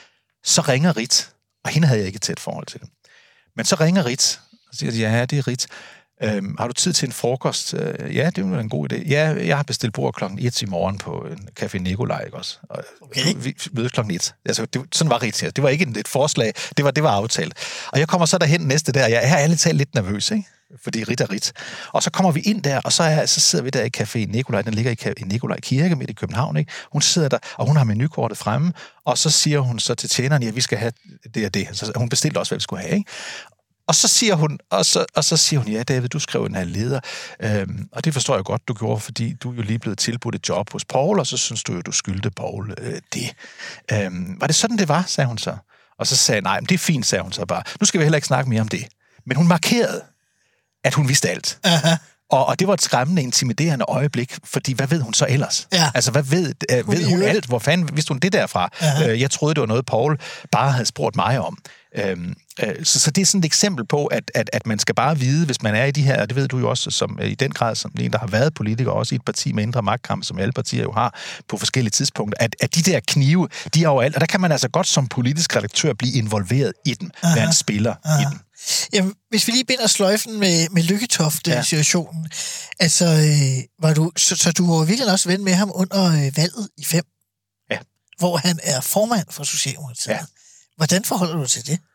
Så ringer Rit, og hende havde jeg ikke et tæt forhold til. Men så ringer Rit, og siger, ja, det er Rit. Øhm, har du tid til en frokost? Øh, ja, det er jo en god idé. Ja, jeg har bestilt bord klokken et i morgen på en Café Nikolaj, ikke også? Og okay. Vi mødes klokken et. Altså, det, sådan var Rit her. Det var ikke et forslag, det var, det var aftalt. Og jeg kommer så derhen næste der, jeg er ærligt talt lidt nervøs, ikke? Fordi Rit er Rit. Og så kommer vi ind der, og så, er, så sidder vi der i Café Nikolaj, den ligger i, i Nikolaj Kirke midt i København, ikke? Hun sidder der, og hun har menukortet fremme, og så siger hun så til tjeneren, ja, vi skal have det og det. Så hun bestilte også, hvad vi skulle have, ikke? Og så siger hun, og så, og så siger hun, ja, David, du skrev den her leder, øhm, og det forstår jeg godt, du gjorde, fordi du er jo lige blevet tilbudt et job hos Poul, og så synes du jo, du skyldte Poul øh, det. Øhm, var det sådan, det var, sagde hun så. Og så sagde jeg, nej, men det er fint, sagde hun så bare. Nu skal vi heller ikke snakke mere om det. Men hun markerede, at hun vidste alt. Aha. Og, og det var et skræmmende, intimiderende øjeblik, fordi hvad ved hun så ellers? Ja. Altså, hvad ved, øh, hun ved hun alt? Hvor fanden vidste hun det derfra? Øh, jeg troede, det var noget, Poul bare havde spurgt mig om. Øhm, øh, så, så det er sådan et eksempel på, at, at, at man skal bare vide, hvis man er i de her, og det ved du jo også, som i den grad, som en, der har været politiker, også i et parti med indre magtkamp, som alle partier jo har på forskellige tidspunkter, at, at de der knive, de er overalt, og der kan man altså godt som politisk redaktør blive involveret i dem, være en spiller aha. i dem. Jamen, hvis vi lige binder sløjfen med, med Lykketoft-situationen, ja. altså, øh, var du, så, så du var virkelig også ven med ham under øh, valget i fem, ja. hvor han er formand for Socialdemokratiet. Ja. Hvordan forholder du til det?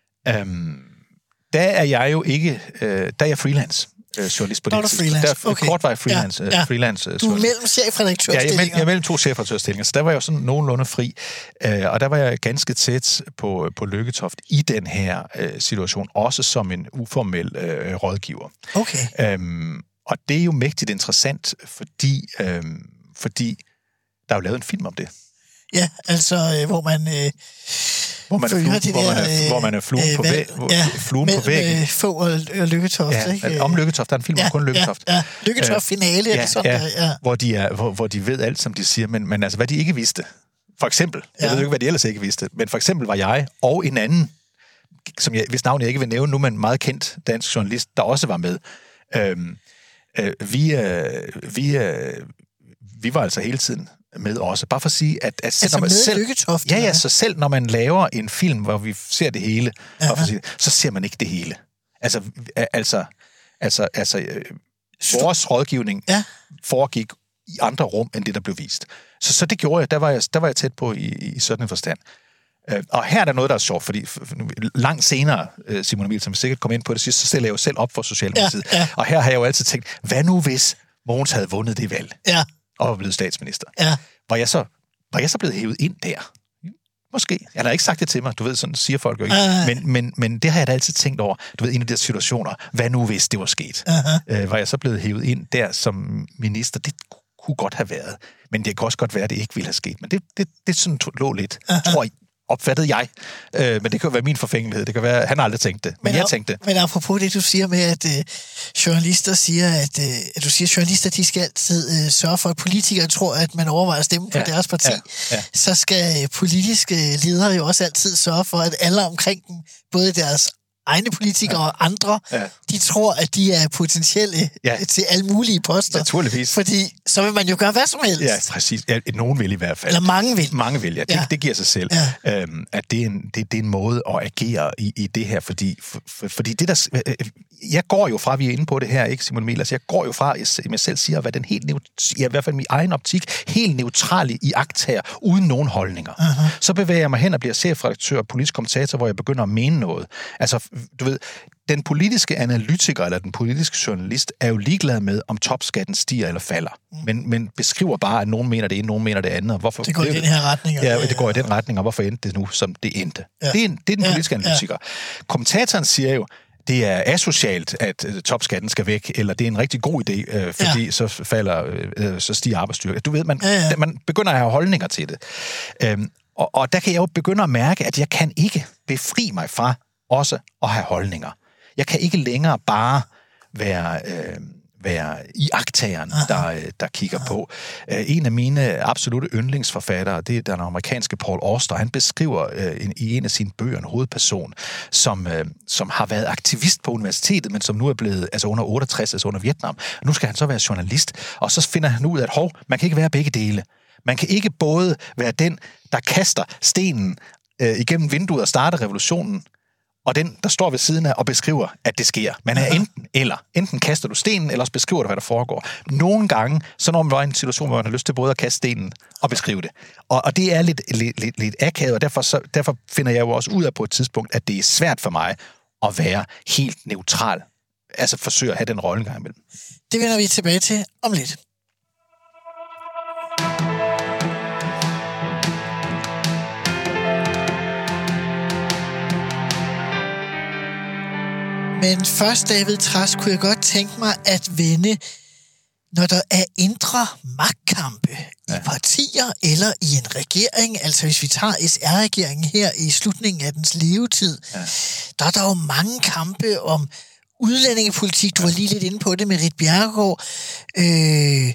Øhm, der er jeg jo ikke, øh, der er jeg freelance. Øh, journalist på det tidspunkt. Der er okay. kortvarig freelance. Ja, ja. freelance øh, du er mellem chefredaktørstillinger. Ja, jeg er mellem, mellem to chefredaktørstillinger, så der var jeg jo sådan nogenlunde fri. Øh, og der var jeg ganske tæt på, på Lykketoft i den her øh, situation, også som en uformel øh, rådgiver. Okay. Øhm, og det er jo mægtigt interessant, fordi, øh, fordi der er jo lavet en film om det. Ja, altså, øh, hvor man... Øh, hvor man, er fluen, der, hvor, man er, hvor man er fluen øh, på, væg, ja, fluen på væggen. Med få og, og Lykketoft, ja, ikke? Om Lykketoft, der er en film ja, om kun Lykketoft. Ja, ja. Lykketoft-finale, øh, er det sådan ja, der? Ja, hvor de, er, hvor, hvor de ved alt, som de siger, men, men altså, hvad de ikke vidste. For eksempel, jeg ja. ved ikke, hvad de ellers ikke vidste, men for eksempel var jeg og en anden, som jeg, hvis navn jeg ikke vil nævne nu, men en meget kendt dansk journalist, der også var med. Øhm, øh, vi, øh, vi, øh, vi var altså hele tiden med også. Bare for at sige, at, at altså når man med selv, Lykketoft? Ja, ja, så selv når man laver en film, hvor vi ser det hele, for at sige, så ser man ikke det hele. Altså, altså, altså, altså øh, vores rådgivning ja. foregik i andre rum, end det, der blev vist. Så, så det gjorde jeg. Der var jeg, der var jeg tæt på i, i sådan en forstand. Øh, og her er der noget, der er sjovt, fordi langt senere, Simon Emil, som sikkert kom ind på det sidste, så stiller jeg jo selv op for Socialdemokratiet. Ja, ja. Og her har jeg jo altid tænkt, hvad nu hvis Mogens havde vundet det valg? Ja. Og var blevet statsminister. Ja. Var jeg så, var jeg så blevet hævet ind der? Måske. Jeg har ikke sagt det til mig, du ved, sådan siger folk jo ikke. Uh-huh. Men, men, men det har jeg da altid tænkt over, du ved, en af de situationer, hvad nu hvis det var sket? Uh-huh. Øh, var jeg så blevet hævet ind der som minister? Det kunne godt have været. Men det kan også godt være, at det ikke ville have sket. Men det, det, det sådan lå lidt, uh-huh. tror jeg, opfattede jeg. Øh, men det kan jo være min forfængelighed. Det kan være, han har aldrig tænkt det, men, men jeg tænkte det. Men apropos det, du siger med, at øh, journalister siger, at, øh, at du siger, at journalister, de skal altid øh, sørge for, at politikere tror, at man overvejer at stemme på ja, deres parti. Ja, ja. Så skal øh, politiske ledere jo også altid sørge for, at alle omkring dem, både deres egne politikere ja. og andre, ja. de tror, at de er potentielle ja. til alle mulige poster. Naturligvis. Fordi så vil man jo gøre hvad som helst. Ja, præcis. Ja, nogen vil i hvert fald. Eller mange vil. Mange vil, ja. Det, ja. det giver sig selv. Ja. Øhm, at det er, en, det, det er en måde at agere i, i det her, fordi, for, for, fordi det der... Jeg går jo fra, vi er inde på det her, ikke Simon Emil? Altså, jeg går jo fra, jeg, jeg selv siger, hvad den helt, i hvert fald min egen optik, helt neutrale iagttager, uden nogen holdninger. Uh-huh. Så bevæger jeg mig hen og bliver chefredaktør og politisk kommentator, hvor jeg begynder at mene noget. Altså, du ved, den politiske analytiker eller den politiske journalist er jo ligeglad med, om topskatten stiger eller falder. Mm. Men, men beskriver bare, at nogen mener det ene, nogen mener det andet. Og hvorfor, det går i den her retning. Ja, det går i den retning, og hvorfor endte det nu, som det endte? Ja. Det, er, det er den politiske ja, analytiker. Ja. Kommentatoren siger jo, det er asocialt, at uh, topskatten skal væk, eller det er en rigtig god idé, øh, fordi ja. så falder, øh, så stiger arbejdsstyrke. Du ved, man, ja, ja. man begynder at have holdninger til det. Øhm, og, og der kan jeg jo begynde at mærke, at jeg kan ikke befri mig fra også at have holdninger. Jeg kan ikke længere bare være, øh, være iagttageren, der, der kigger på. En af mine absolutte yndlingsforfattere, det er den amerikanske Paul Auster. Han beskriver øh, i en af sine bøger en hovedperson, som, øh, som har været aktivist på universitetet, men som nu er blevet altså under otteogtres, altså under Vietnam. Og nu skal han så være journalist, og så finder han ud af, at hov, man kan ikke være begge dele. Man kan ikke både være den, der kaster stenen øh, igennem vinduet og starter revolutionen, og den, der står ved siden af og beskriver, at det sker. Man er enten eller. Enten kaster du stenen, eller også beskriver du, hvad der foregår. Nogle gange, så når man er i en situation, hvor man har lyst til både at kaste stenen og beskrive det. Og, og det er lidt, lidt, lidt, lidt akavet, og derfor, så, derfor finder jeg jo også ud af på et tidspunkt, at det er svært for mig at være helt neutral. Altså forsøge at have den rolle en gang imellem. Det vender vi tilbage til om lidt. Men først, David Trads, kunne jeg godt tænke mig at vende, når der er indre magtkampe ja. i partier eller i en regering, altså hvis vi tager S R-regeringen her i slutningen af dens levetid, ja. der er der jo mange kampe om udlændingepolitik. Du var lige lidt inde på det med Ritt Bjerregaard. Øh,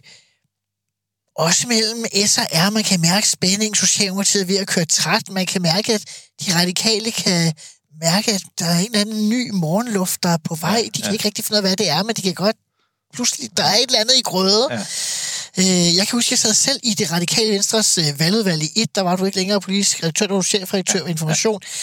også mellem S og R, man kan mærke spænding, Socialdemokratiet er ved at køre træt, man kan mærke, at de radikale kan mærke, at der er en eller anden ny morgenluft, der er på vej. De kan ja. ikke rigtig finde ud af, hvad det er, men de kan godt pludselig, der er et eller andet i grøde. Ja. Øh, jeg kan huske, jeg sad selv i det radikale Venstres øh, valgudvalg i et, der var du ikke længere politisk redaktør, der var chefredaktør ja. Information. Ja.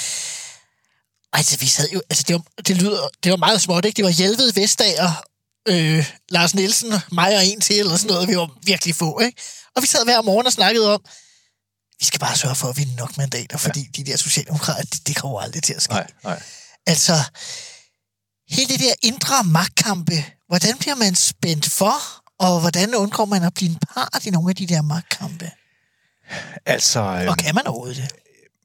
Altså, vi sad jo, altså det var, det lyder, det var meget småt, ikke? Det var Hjelved, Vestager, øh, Lars Nielsen, mig og en til, eller sådan noget. Vi var virkelig få, ikke? Og vi sad hver morgen og snakkede om, vi skal bare sørge for at vinde nok mandater, fordi ja. de der socialdemokrater, det, det kommer aldrig til at ske. Nej, nej. Altså, hele det der indre magtkampe, hvordan bliver man spændt for, og hvordan undgår man at blive en part i nogle af de der magtkampe? Altså... Øh, og kan man overhovedet det?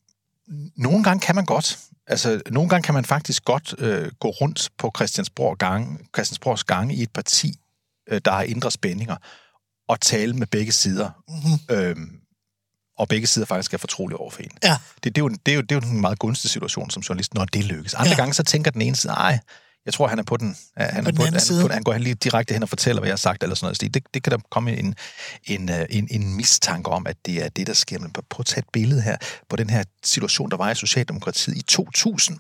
Nogle gange kan man godt. Altså, nogle gange kan man faktisk godt øh, gå rundt på Christiansborg gange, Christiansborgs gange i et parti, øh, der har indre spændinger, og tale med begge sider. Mm-hmm. Øhm, og begge sider faktisk er fortrolige over for en. Ja. Det, det, er jo, det, er jo, det er jo en meget gunstig situation som journalist, når det lykkes. Andre ja. gange så tænker den ene side, nej, jeg tror, han er på den, han, på er på, den han, på, han går lige direkte hen og fortæller, hvad jeg har sagt, eller sådan noget. Det, det kan der komme en, en, en, en mistanke om, at det er det, der sker. Men prøv at tage et billede her på den her situation, der var i Socialdemokratiet i to tusind.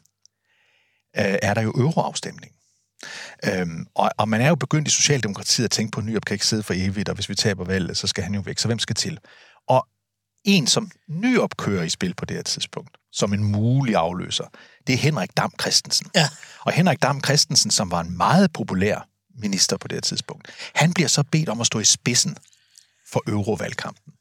Øh, er der jo euroafstemning. Øhm, og, og man er jo begyndt i Socialdemokratiet at tænke på, at Nyrup kan ikke sidde for evigt, og hvis vi taber valget, så skal han jo væk. Så hvem skal til? Og en, som Nyrup kører i spil på det her tidspunkt, som en mulig afløser, det er Henrik Dam Kristensen. Ja. Og Henrik Dam Kristensen, som var en meget populær minister på det her tidspunkt, han bliver så bedt om at stå i spidsen for eurovalgkampen.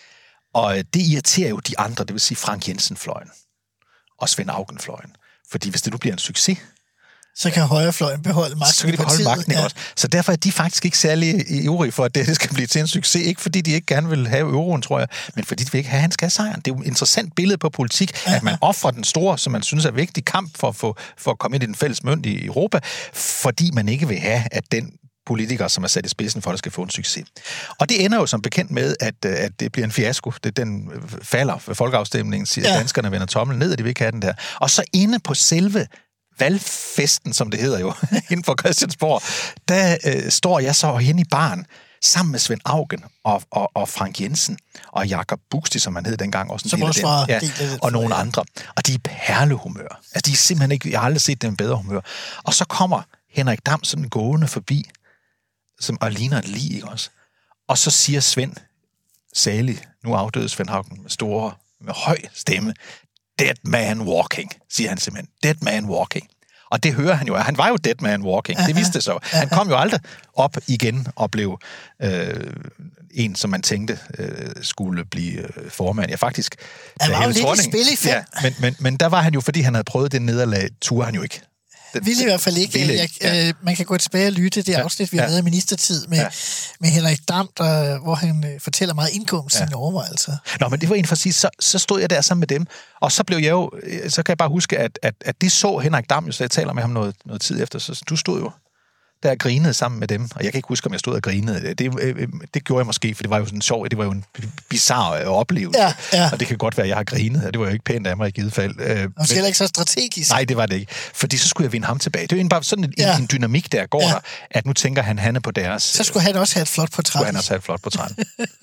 Og det irriterer jo de andre, det vil sige Frank Jensen-fløjen og Svend Auken-fløjen. Fordi hvis det nu bliver en succes, så kan højrefløjen beholde magten. Så kan de beholde magten ja. også. Så derfor er de faktisk ikke særlig ivrige for, at det skal blive til en succes. Ikke fordi de ikke gerne vil have euroen, tror jeg, men fordi de vil ikke have, at han skal have sejren. Det er jo et interessant billede på politik, ja. at man offrer den store, som man synes er vigtig kamp for, for, for at komme ind i den fælles mønt i Europa, fordi man ikke vil have, at den politikere, som er sat i spidsen for, at der skal få en succes. Og det ender jo som bekendt med, at, at det bliver en fiasko. Det, den falder ved folkeafstemningen, siger ja. danskerne vender tommelen ned, og de vil ikke have den der. Og så inde på selve valgfesten, som det hedder jo, inden for Christiansborg, der øh, står jeg så hen i baren sammen med Svend Auken og, og, og Frank Jensen og Jakob Buxti, som han hed dengang. Også en som del også af var ja, del af det, og nogle ja. andre. Og de er perlehumør. Altså, de er simpelthen ikke... Jeg har aldrig set dem i bedre humør. Og så kommer Henrik Dam sådan gående forbi, som, og ligner et lig, ikke også? Og så siger Svend, salig, nu afdøde Svend Auken med store, med høj stemme, dead man walking, siger han simpelthen. Dead man walking. Og det hører han jo. Han var jo dead man walking. Det vidste det så. Han kom jo aldrig op igen og blev øh, en, som man tænkte øh, skulle blive øh, formand. Ja, faktisk. Han var jo lidt Thorning, i spil i fem. Ja, men, men, men der var han jo, fordi han havde prøvet det nederlag, turde han jo ikke. Det ville i hvert fald ikke. Jeg, ja. øh, man kan gå tilbage og lytte det afsnit, vi har lavet i ministertid med, ja. med Henrik Dam, der, hvor han øh, fortæller meget indgående ja. sine overvejelser. Nå, men det var en for at sige, så, så stod jeg der sammen med dem, og så blev jeg jo, så kan jeg bare huske, at, at, at det så Henrik Dam, jo, så jeg taler med ham noget, noget tid efter, så du stod jo der og grinede sammen med dem, og jeg kan ikke huske, om jeg stod og grinede. Det, det gjorde jeg måske, for det var jo sådan sjovt, det var jo en bizarre oplevelse, ja, ja. Og det kan godt være, at jeg har grinet, og det var jo ikke pænt af mig i givet fald. Og det er ikke så strategisk. Nej, det var det ikke, fordi så skulle jeg vinde ham tilbage. Det er jo bare sådan en, ja. en dynamik, der går ja. der, at nu tænker han, han er på deres... Så skulle han også have et flot portræt. Skulle han også have et flot portræt.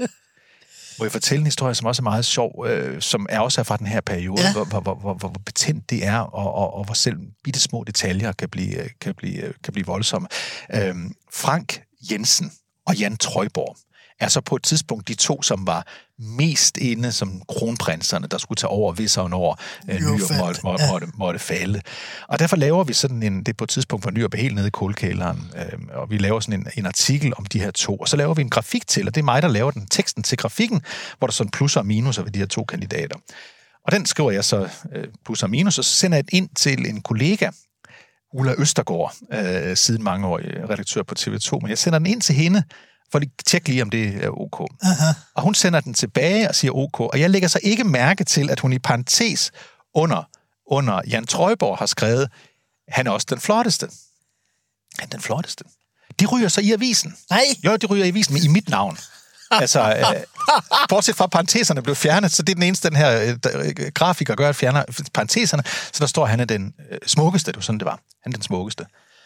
Må jeg fortælle en historie, som også er meget sjov, øh, som er også er fra den her periode, ja. hvor, hvor, hvor, hvor, hvor betændt det er, og, og, og hvor selv bitte små detaljer kan blive, kan blive, kan blive voldsomme. Øh, Frank Jensen og Jan Trøjborg er så på et tidspunkt de to, som var mest inde som kronprinserne, der skulle tage over, hvis og når øh, Nyrup måtte, måtte, måtte, måtte falde. Og derfor laver vi sådan en, det er på et tidspunkt, hvor Nyrup er helt nede i kulkælderen, øh, og vi laver sådan en, en artikel om de her to, og så laver vi en grafik til, og det er mig, der laver den teksten til grafikken, hvor der er sådan plusser og minuser ved de her to kandidater. Og den skriver jeg så øh, plusser og minus, og så sender jeg den ind til en kollega, Ulla Østergaard, øh, siden mange år redaktør på T V to, men jeg sender den ind til hende, for at tjekke lige, om det er ok. Aha. Og hun sender den tilbage og siger ok, og jeg lægger så ikke mærke til, at hun i parentes under, under Jan Trøjborg har skrevet, han er også den flotteste. Han er den flotteste. De ryger så i avisen. Nej. Jo, de ryger i avisen, men i mit navn. Altså, øh, bortset fra parenteserne blev fjernet, så det er den eneste, den her øh, grafiker gør, at fjerner parenteserne, så der står, at han er den øh, smukkeste, det var sådan, det var. Han er den smukkeste.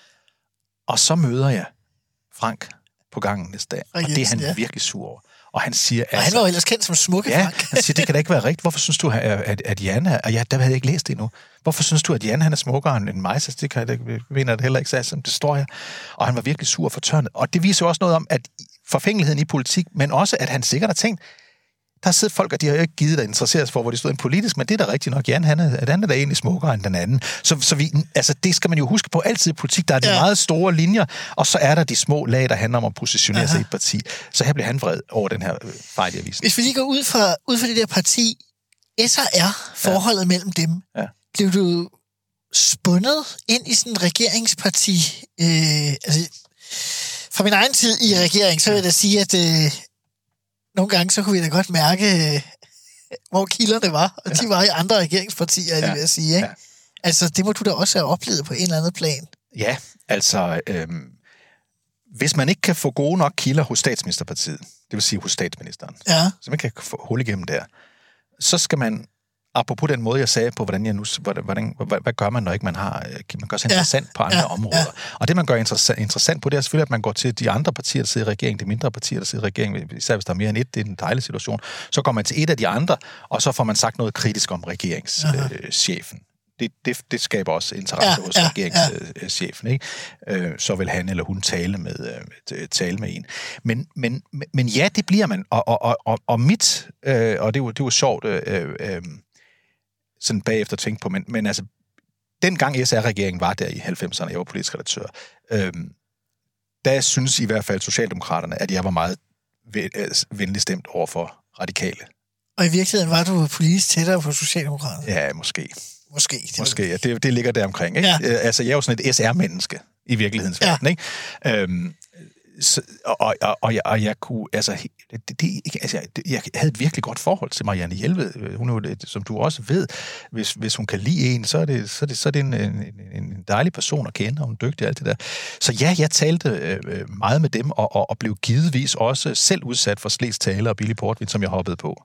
Og så møder jeg Frank på gangen næste dag, og, og det er han ja. virkelig sur over. Og han siger... Og altså, han var jo ellers kendt som smukke, ja, Frank. Han siger, det kan da ikke være rigtigt. Hvorfor synes du, at, at Jan er... Og ja, der havde jeg ikke læst det endnu. Hvorfor synes du, at Jan han er smukkere end mig? Så det kan jeg mener det heller ikke, som det står her. Og han var virkelig sur og fortørnet. Og det viser jo også noget om, at forfængeligheden i politik, men også, at han sikkert har tænkt, der har siddet folk, og de har jo ikke givet at interessere sig for, hvor de stod en politisk, men det er da rigtigt nok. Jan, han er, han er da egentlig smukkere end den anden. Så, så vi, altså, det skal man jo huske på altid i politik. Der er de ja. meget store linjer, og så er der de små lag, der handler om at positionere Aha. sig i et parti. Så her bliver han vred over den her fejl i avisen. Hvis vi lige går ud fra, ud fra det der parti, S og R, forholdet ja. mellem dem, ja. blev du spundet ind i sådan en regeringsparti? Øh, altså, fra min egen tid i regering, så vil jeg da sige, at... Øh, nogle gange, så kunne vi da godt mærke, hvor kilderne var, og ja. de var i andre regeringspartier, ja. det vil jeg sige. Ikke? Ja. Altså, det må du da også have oplevet på en eller anden plan. Ja, altså, øhm, hvis man ikke kan få gode nok kilder hos statsministerpartiet, det vil sige hos statsministeren, ja. så man kan få hul igennem der, så skal man, apropos den måde, jeg sagde på, hvordan jeg nu, hvordan, hvordan, hvad, hvad gør man, når ikke man har, man gør sig interessant ja. på andre ja. områder. Ja. Og det, man gør interessant, interessant på, det er selvfølgelig, at man går til de andre partier, der sidder i regeringen, de mindre partier, der sidder i regeringen, især hvis der er mere end et, det er en dejlig situation. Så går man til et af de andre, og så får man sagt noget kritisk om regeringschefen. Det, det, det skaber også interesse ja, hos ja, regeringschefen, ja. ikke? Øh, så vil han eller hun tale med, øh, tale med en. Men, men, men ja, det bliver man. Og, og, og, og mit, øh, og det var, det var sjovt, øh, øh, sådan bagefter tænke på, men, men altså, dengang S R-regeringen var der i halvfemserne, jeg var politisk redaktør, øhm, der synes i hvert fald Socialdemokraterne, at jeg var meget venlig stemt over for radikale. Og i virkeligheden var du politisk tættere på Socialdemokraterne? Ja, måske. Måske. Det måske, ja. Det, det ligger der omkring, ikke? Ja. Altså, jeg er jo sådan et S R-menneske i virkelighedens ja. verden, ikke? Øhm, Så, og, og, og, jeg, og jeg kunne, altså, det, det, altså, jeg havde et virkelig godt forhold til Marianne Jelved. Hun er jo, som du også ved, hvis, hvis hun kan lide en, så er det, så er det, så er det en, en, en dejlig person at kende, og hun er dygtig og alt det der. Så ja, jeg talte øh, meget med dem, og, og, og blev givetvis også selv udsat for slæs tale og billig portvin, som jeg hoppede på.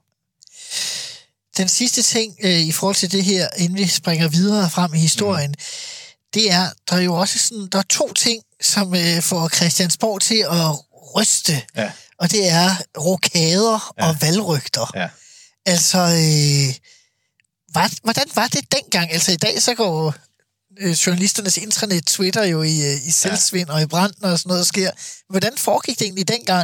Den sidste ting øh, i forhold til det her, inden vi springer videre frem i historien, mm. det er, der er jo også sådan, der er to ting, som øh, får Christiansborg til at ryste, ja. og det er rokader ja. og valgrygter. Ja. Altså, øh, var, hvordan var det dengang? Altså i dag så går øh, journalisternes intranet Twitter jo i, øh, i selvsvind ja. og i branden og sådan noget sker. Hvordan foregik det egentlig dengang?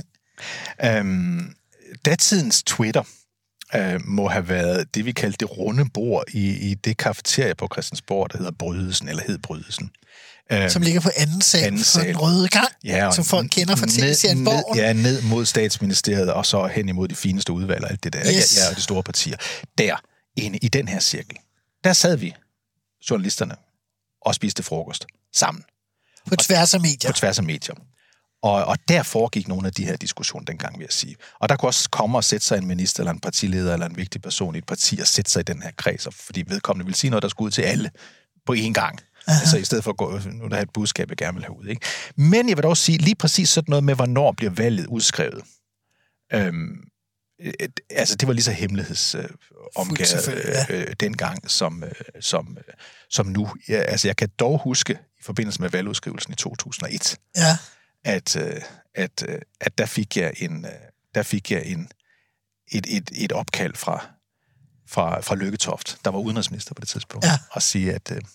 Øhm, datidens Twitter øh, må have været det, vi kaldte det runde bord i, i det kafeteria på Christiansborg, der hedder Brydelsen, eller hed Brydelsen. Øhm, som ligger på anden sal, anden sal. For den røde gang, ja, som folk kender fra tv-serien Borgen. Ja, ned mod statsministeriet, og så hen imod de fineste udvalg og alt det der. Yes. Ja, og de store partier. Der, inde i den her cirkel, der sad vi, journalisterne, og spiste frokost sammen. På tværs af medier. På tværs af medier. Og, og der foregik nogle af de her diskussioner dengang, vil jeg sige. Og der kunne også komme og sætte sig en minister, eller en partileder, eller en vigtig person i et parti, og sætte sig i den her kreds, fordi vedkommende ville sige noget, der skulle ud til alle på én gang. Aha. Altså i stedet for at gå, nu er der et budskab, jeg gerne vil have ud. Ikke? Men jeg vil dog sige lige præcis sådan noget med, hvornår bliver valget udskrevet. Øhm, et, altså det var lige så hemmelighedsomgået øh, ja. øh, dengang, som, øh, som, øh, som nu. Ja, altså jeg kan dog huske, i forbindelse med valgudskrivelsen i to tusind og et, ja. at, øh, at, øh, at der fik jeg en, øh, der fik jeg en, et, et, et opkald fra, fra, fra Lykketoft, der var udenrigsminister på det tidspunkt, ja. og sige, at øh,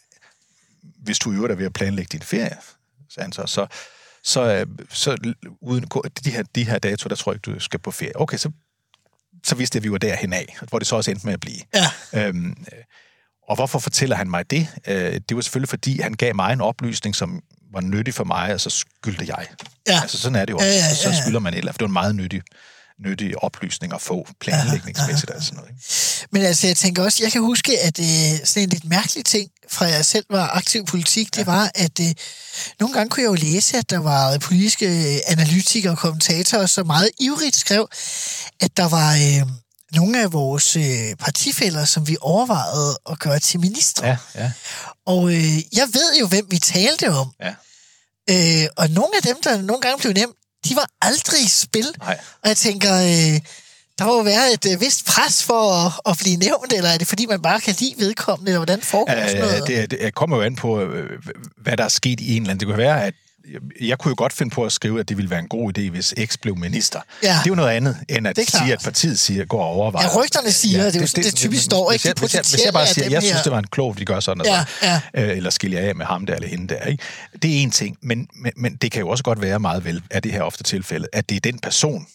hvis du i øvrigt er ved at planlægge din ferie, så, så, så, så uden de her, de her datoer, der tror jeg ikke, du skal på ferie. Okay, så, så vidste jeg, at vi var derhen af, hvor det så også endte med at blive. Ja. Øhm, og hvorfor fortæller han mig det? Øh, det var selvfølgelig, fordi han gav mig en oplysning, som var nyttig for mig, og så skyldte jeg. Ja. Altså sådan er det jo. Ja, ja, ja, ja. Så skylder man et eller andet. Det var en meget nyttig nyttige oplysning at få planlægningsmæssigt og sådan noget. Ikke? Men altså, jeg tænker også, jeg kan huske, at øh, sådan en lidt mærkelig ting, fra jeg selv var aktiv i politik, det ja. var, at øh, nogle gange kunne jeg jo læse, at der var politiske analytikere og kommentatorer, som meget ivrigt skrev, at der var øh, nogle af vores øh, partifæller, som vi overvejede at gøre til minister. Ja, ja. Og øh, jeg ved jo, hvem vi talte om. Ja. Øh, og nogle af dem, der nogle gange blev nemt, de var aldrig i spil. Nej. Og jeg tænker, øh, der må jo være et øh, vist pres for at, at blive nævnt, eller er det fordi, man bare kan lide vedkommende, eller hvordan foregår Æh, sådan noget? Det, det kommer jo an på, hvad der er sket i en eller anden. Det kunne være, at jeg kunne jo godt finde på at skrive, at det ville være en god idé, hvis X blev minister. Ja. Det er jo noget andet, end at sige, at partiet siger, går og overvejer. Ja, rygterne siger, ja, det, det, det, det, det typisk står, ikke? Hvis jeg, hvis jeg bare siger, jeg synes, det var en klog, de gør sådan, og ja, sådan, ja. øh, eller skiller jeg af med ham der, eller hende der, ikke? Det er en ting, men, men, men det kan jo også godt være meget vel, at det her ofte tilfælde, at det er den person,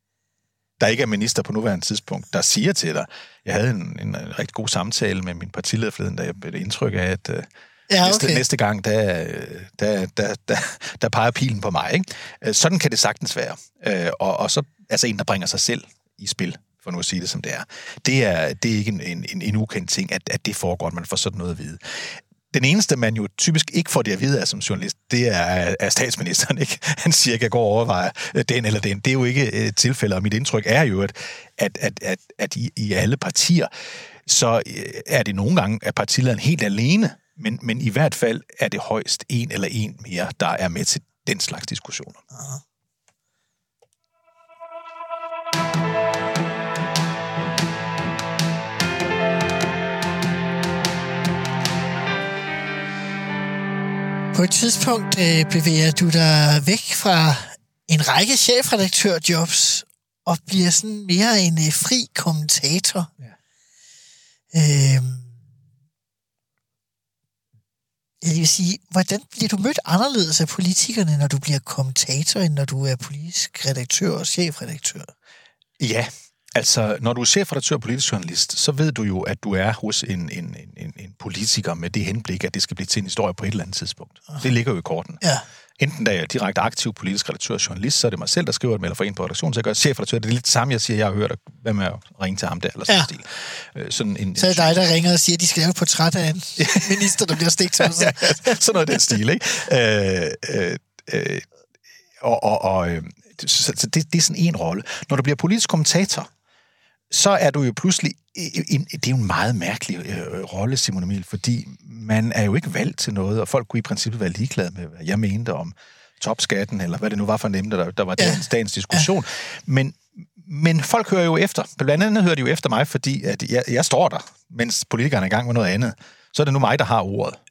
der ikke er minister på nuværende tidspunkt, der siger til dig, jeg havde en, en, en rigtig god samtale med min partileder forleden, da jeg blev indtryk af, at Ja, okay. næste, næste gang, der, der, der, der, der peger pilen på mig. Ikke? Sådan kan det sagtens være. Og, og så altså en, der bringer sig selv i spil, for nu at sige det, som det er. Det er, det er ikke en, en, en ukendt ting, at, at det foregår, at man får sådan noget at vide. Den eneste, man jo typisk ikke får det at vide af som journalist, det er, er statsministeren. Ikke? Han siger, at jeg går og overvejer den eller den. Det er jo ikke et tilfælde, og mit indtryk er jo, at, at, at, at, at i, i alle partier, så er det nogle gange, at partilederen helt alene. Men, men i hvert fald er det højst en eller en mere, der er med til den slags diskussioner. Aha. På et tidspunkt øh, bevæger du dig væk fra en række chefredaktørjobs og bliver sådan mere en øh, fri kommentator. Ja. Øhm, Jeg vil sige, hvordan bliver du mødt anderledes af politikerne, når du bliver kommentator, end når du er politisk redaktør og chefredaktør? Ja, altså når du er chefredaktør og politisk journalist, så ved du jo, at du er hos en, en, en, en politiker med det henblik, at det skal blive til en historie på et eller andet tidspunkt. Aha. Det ligger jo i korten. Ja. Enten da jeg er direkte aktiv politisk redaktør og journalist, så er det mig selv, der skriver et mail for en på redaktionen, så jeg gør chefredaktør. Det er lidt det samme, jeg siger, jeg har hørt, hvad med at ringe til ham der, eller sådan ja. stil. Sådan en, så er det dig, der ringer og siger, at de skal lave et portræt af en minister, der bliver stigt til sig. Ja, sådan noget den stil, ikke? Øh, øh, øh, og og, og øh, så, så det, det er sådan en rolle. Når du bliver politisk kommentator, så er du jo pludselig en, det er jo en meget mærkelig øh, rolle, Simon Emil, fordi man er jo ikke valgt til noget, og folk kunne i princippet være ligeglade med, hvad jeg mente om topskatten, eller hvad det nu var for nemlig, der, der var ja. dagens, dagens diskussion. Ja. Men, men folk hører jo efter. Blandt andet hører de jo efter mig, fordi at jeg, jeg står der, mens politikerne er i gang med noget andet. Så er det nu mig, der har ordet.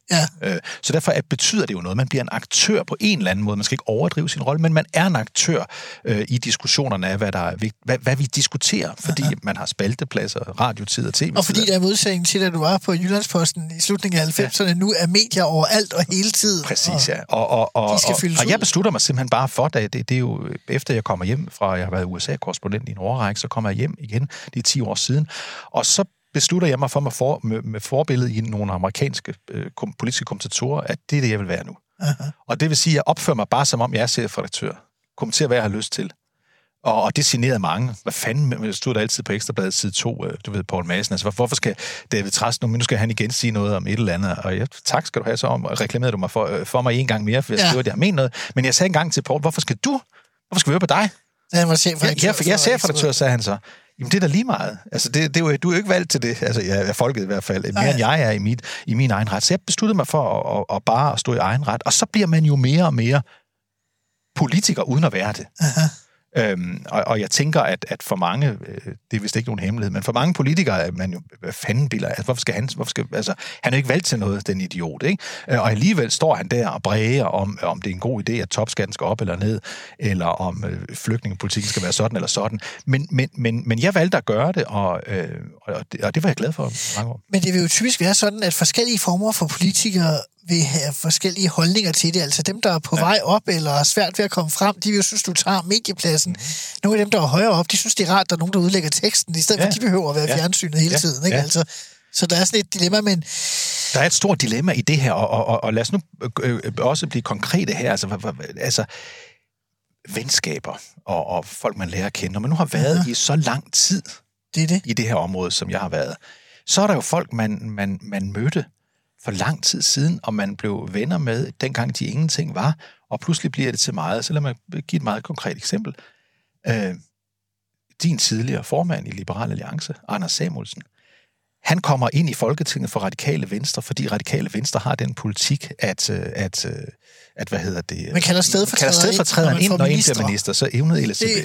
Ja. Øh, så derfor at betyder det jo noget. Man bliver en aktør på en eller anden måde. Man skal ikke overdrive sin rolle, men man er en aktør øh, i diskussionerne af, hvad, der er vigtigt, hvad, hvad vi diskuterer, fordi Aha. man har spaltepladser, radiotid og tv. Og fordi der er modsætning til, at du var på Jyllandsposten i slutningen af halvfemserne, ja. Nu er medier overalt og hele tiden. Præcis, ja. Og, og, og, de skal og, og jeg beslutter mig simpelthen bare for, det, det, det er jo efter jeg kommer hjem fra, jeg har været U S A-korrespondent i en årrække, så kommer jeg hjem igen, det er ti år siden, og så beslutter jeg mig for, med, for, med, med forbillede i nogle amerikanske øh, kom, politiske kommentatorer, at det er det, jeg vil være nu. Aha. Og det vil sige, at jeg opfører mig bare, som om jeg er chefredaktør. Kommenterer, hvad jeg har lyst til. Og, og det signerede mange. Hvad fanden, det stod der altid på Ekstrabladet side to, øh, du ved, Poul Madsen. Altså, hvorfor skal David Trads nu, men nu skal han igen sige noget om et eller andet, og jeg, tak skal du have så om, og reklamerede du mig for, øh, for mig en gang mere, for jeg ja. skriver, at jeg har ment noget. Men jeg sagde engang til Poul, hvorfor skal du? Hvorfor skal vi høre på dig? Han var chefredaktør. Jeg, jeg, jeg er chefredaktør, sagde han så. Jamen, det er da lige meget. Altså, det, det er jo, du er jo ikke valgt til det. Altså, jeg er folket i hvert fald. Mere end jeg er i, mit, i min egen ret. Så jeg besluttede mig for at, at, at bare at stå i egen ret. Og så bliver man jo mere og mere politiker, uden at være det. Aha. Øhm, og, og jeg tænker, at, at for mange, øh, det er vist ikke nogen hemmelighed, men for mange politikere er man jo, hvad fanden biler, altså, hvorfor skal han, hvorfor skal, altså, han er ikke valgt til noget, den idiot, ikke? Og alligevel står han der og bræger om, om det er en god idé, at topskatten skal op eller ned, eller om øh, flygtningepolitikken skal være sådan eller sådan. Men, men, men, men jeg valgte at gøre det, og, øh, og, det, og det var jeg glad for mange år. Men det vil jo typisk være sådan, at forskellige former for politikere vil have forskellige holdninger til det. Altså dem, der er på ja. vej op, eller er svært ved at komme frem, de vil jo synes, du tager mediepladsen. Mm. Nogle af dem, der er højere op, de synes, det er rart, der er nogen, der udlægger teksten, i stedet ja. for, at de behøver at være ja. fjernsynet hele ja. tiden. Ikke? Ja. Altså, så der er sådan et dilemma, men... Der er et stort dilemma i det her, og, og, og, og lad os nu øh, også blive konkrete her. Altså, altså venskaber og, og folk, man lærer at kende. Når man nu har været ja. i så lang tid det er det. i det her område, som jeg har været, så er der jo folk, man, man, man mødte for lang tid siden, og man blev venner med, dengang de ingenting var, og pludselig bliver det til meget. Så lad mig give et meget konkret eksempel. Øh, din tidligere formand i Liberal Alliance, Anders Samuelsen, han kommer ind i Folketinget for Radikale Venstre, fordi Radikale Venstre har den politik, at, at, at hvad hedder det? Man kalder stedfortræderen stedfortræderen ind, når en bliver minister, så evnede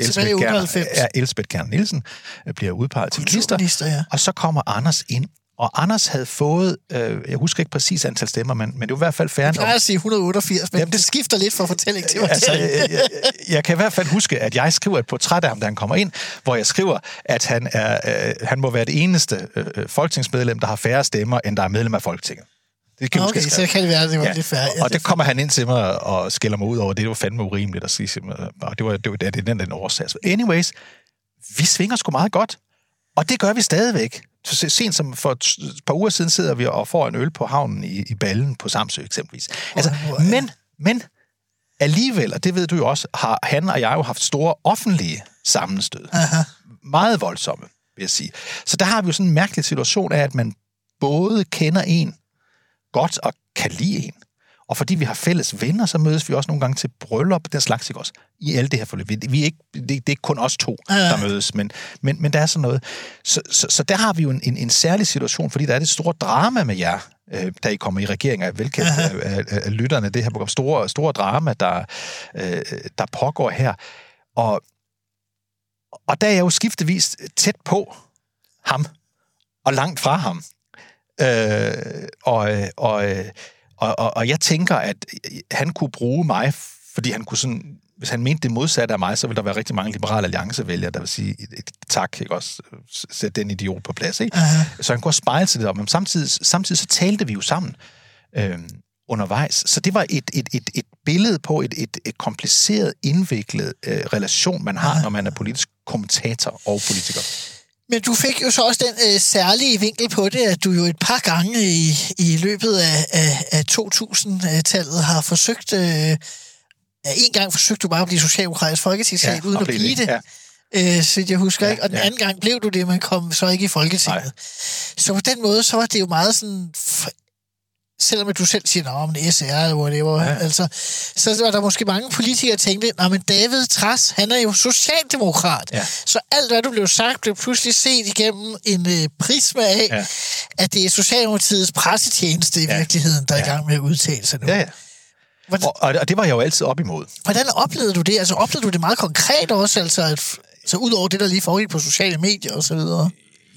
Elsebeth Kern Nielsen bliver udpeget til minister, ja. Og så kommer Anders ind. Og Anders havde fået, øh, jeg husker ikke præcis antal stemmer, men, men det var i hvert fald færre. Jeg plejer at sige et hundrede og otteogfirs, men jamen, det skifter lidt fra fortælling til fortælling. Altså, jeg, jeg, jeg kan i hvert fald huske, at jeg skriver et portræt af ham, da han kommer ind, hvor jeg skriver, at han, er, øh, han må være det eneste øh, folketingsmedlem, der har færre stemmer, end der er medlem af Folketinget. Det kan okay, huske, så kan det være, at det var ja. lidt færre. Ja, og det kommer han ind til mig og skælder mig ud over, det var fandme urimeligt at sige, og det var, det var det, det, den, den årsag. Anyways, vi svinger sgu meget godt, og det gør vi stadigvæk. Så sent som for et par uger siden sidder vi og får en øl på havnen i, i Ballen på Samsø eksempelvis. Altså, men, men alligevel, og det ved du jo også, har han og jeg jo haft store offentlige sammenstød. Aha. Meget voldsomme, vil jeg sige. Så der har vi jo sådan en mærkelig situation af, at man både kender en godt og kan lide en. Og fordi vi har fælles venner, så mødes vi også nogle gange til bryllup, den slags, ikke også? I alt det her forløb. Vi er ikke, det, det er ikke kun os to, der mødes, men, men, men der er sådan noget. Så, så, så der har vi jo en, en, en særlig situation, fordi der er det store drama med jer, øh, da I kommer i regering, er velkendt af, af, af lytterne, det her program. Store, store drama, der, øh, der pågår her. Og, og der er jeg jo skiftevis tæt på ham, og langt fra ham. Øh, og... og Og, og, og jeg tænker, at han kunne bruge mig, fordi han kunne sådan, hvis han mente det modsatte af mig, så ville der være rigtig mange liberale alliancevælgere, der vil sige, et, et, tak, ikke også, sætte den idiot på plads, ikke? Uh-huh. Så han kunne spejle sig det op, men samtidig, samtidig så talte vi jo sammen øh, undervejs. Så det var et, et, et, et billede på et, et, et kompliceret, indviklet øh, relation, man har, uh-huh. når man er politisk kommentator og politiker. Men du fik jo så også den øh, særlige vinkel på det, at du jo et par gange i, i løbet af, af, af to tusind-tallet har forsøgt... Øh, ja, en gang forsøgte du bare at blive socialdemokratisk folketingschef, ja, uden at blive det. Ja. Øh, så jeg husker ja, ikke. Og den ja. anden gang blev du det, man kom så ikke i Folketinget. Nej. Så på den måde, så var det jo meget sådan... Selvom du selv siger, at det er S R eller whatever, ja. altså, så var der måske mange politikere, der tænkte, nej, men David Trads, han er jo socialdemokrat. Ja. Så alt, hvad du blev sagt, blev pludselig set igennem en øh, prisme af, ja. at det er Socialdemokratiets pressetjeneste i ja. virkeligheden, der er ja. i gang med at udtale sig nu. Ja, ja. Hvordan, og, og det var jeg jo altid op imod. Hvordan oplevede du det? Altså, oplevede du det meget konkret også, altså, at, så ud over det, der lige foregik på sociale medier og så videre?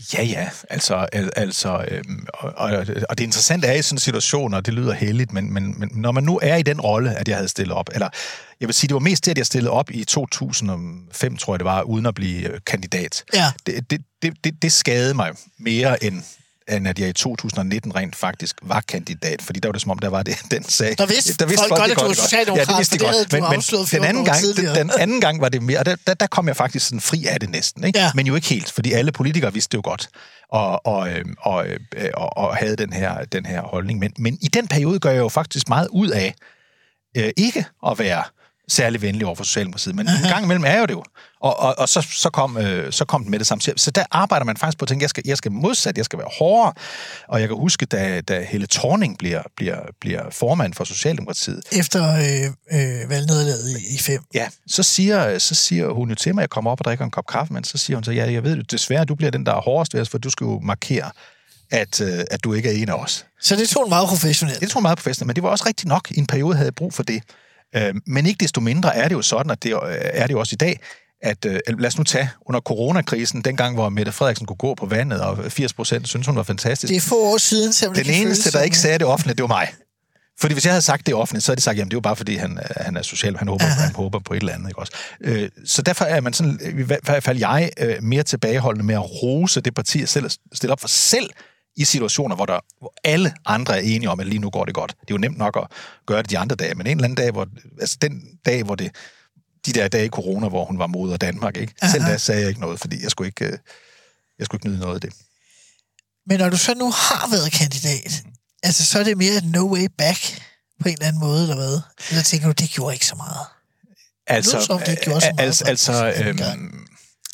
Ja, ja. Altså, al, altså øhm, og, og, og det interessante er i sådan en situation, og det lyder heldigt, men, men, men når man nu er i den rolle, at jeg havde stillet op, eller jeg vil sige, det var mest det, at jeg stillede op i to tusind og fem, tror jeg det var, uden at blive kandidat. Ja. Det, det, det, det, det skadede mig mere end end at jeg i to tusind og nitten rent faktisk var kandidat, fordi der var det som om, der var det, den sag. Der vidste, der vidste folk, folk godt, at du var socialdemokrat, ja, det vidste de godt. Men, men den, anden gang, den, den anden gang var det mere, der, der, der kom jeg faktisk sådan fri af det næsten, ikke? Ja. Men jo ikke helt, fordi alle politikere vidste det jo godt, og, og, og, og, og havde den her, den her holdning. Men, men i den periode gør jeg jo faktisk meget ud af øh, ikke at være særlig venlig over for Socialdemokratiet, men en gang imellem er jo det jo. Og, og, og så, så, kom, øh, så kom den med det samme. Så der arbejder man faktisk på at tænke, jeg skal, jeg skal modsat, jeg skal være hårdere. Og jeg kan huske, da, da Helle Thorning bliver, bliver, bliver formand for Socialdemokratiet. Efter øh, øh, valgnederlaget i, i fem. Ja, så siger, så siger hun jo til mig, at jeg kommer op og drikker en kop kaffe, men så siger hun så, ja, jeg ved jo desværre, du bliver den, der er hårdest ved os, for du skal jo markere, at, øh, at du ikke er en af os. Så det tog meget professionelt. Det tog meget professionelt, men det var også rigtigt nok. I en periode havde jeg brug for det. Men ikke desto mindre er det jo sådan, at det er det jo også i dag, at lad os nu tage under coronakrisen, dengang hvor Mette Frederiksen kunne gå på vandet, og firs procent synes hun var fantastisk. Det er få år siden, selvom den eneste, der ikke sagde det offentligt, det var mig. Fordi hvis jeg havde sagt det offentligt, så havde de sagt, jamen det er jo bare fordi, han, han er social, han håber, han håber på et eller andet. Ikke også? Så derfor er man sådan, i hvert fald jeg, mere tilbageholdende med at rose det parti, jeg selv stiller op for selv, i situationer, hvor, der, hvor alle andre er enige om, at lige nu går det godt. Det er jo nemt nok at gøre det de andre dage, men en eller anden dag, hvor, altså den dag, hvor det, de der dage i corona, hvor hun var moder Danmark, ikke? Aha. Selv da sagde jeg ikke noget, fordi jeg skulle ikke, jeg skulle ikke nyde noget af det. Men når du så nu har været kandidat, altså så er det mere no way back på en eller anden måde, eller hvad? Eller tænker du, det gjorde ikke så meget? Altså, nu, som det gjorde så meget, altså, altså øhm,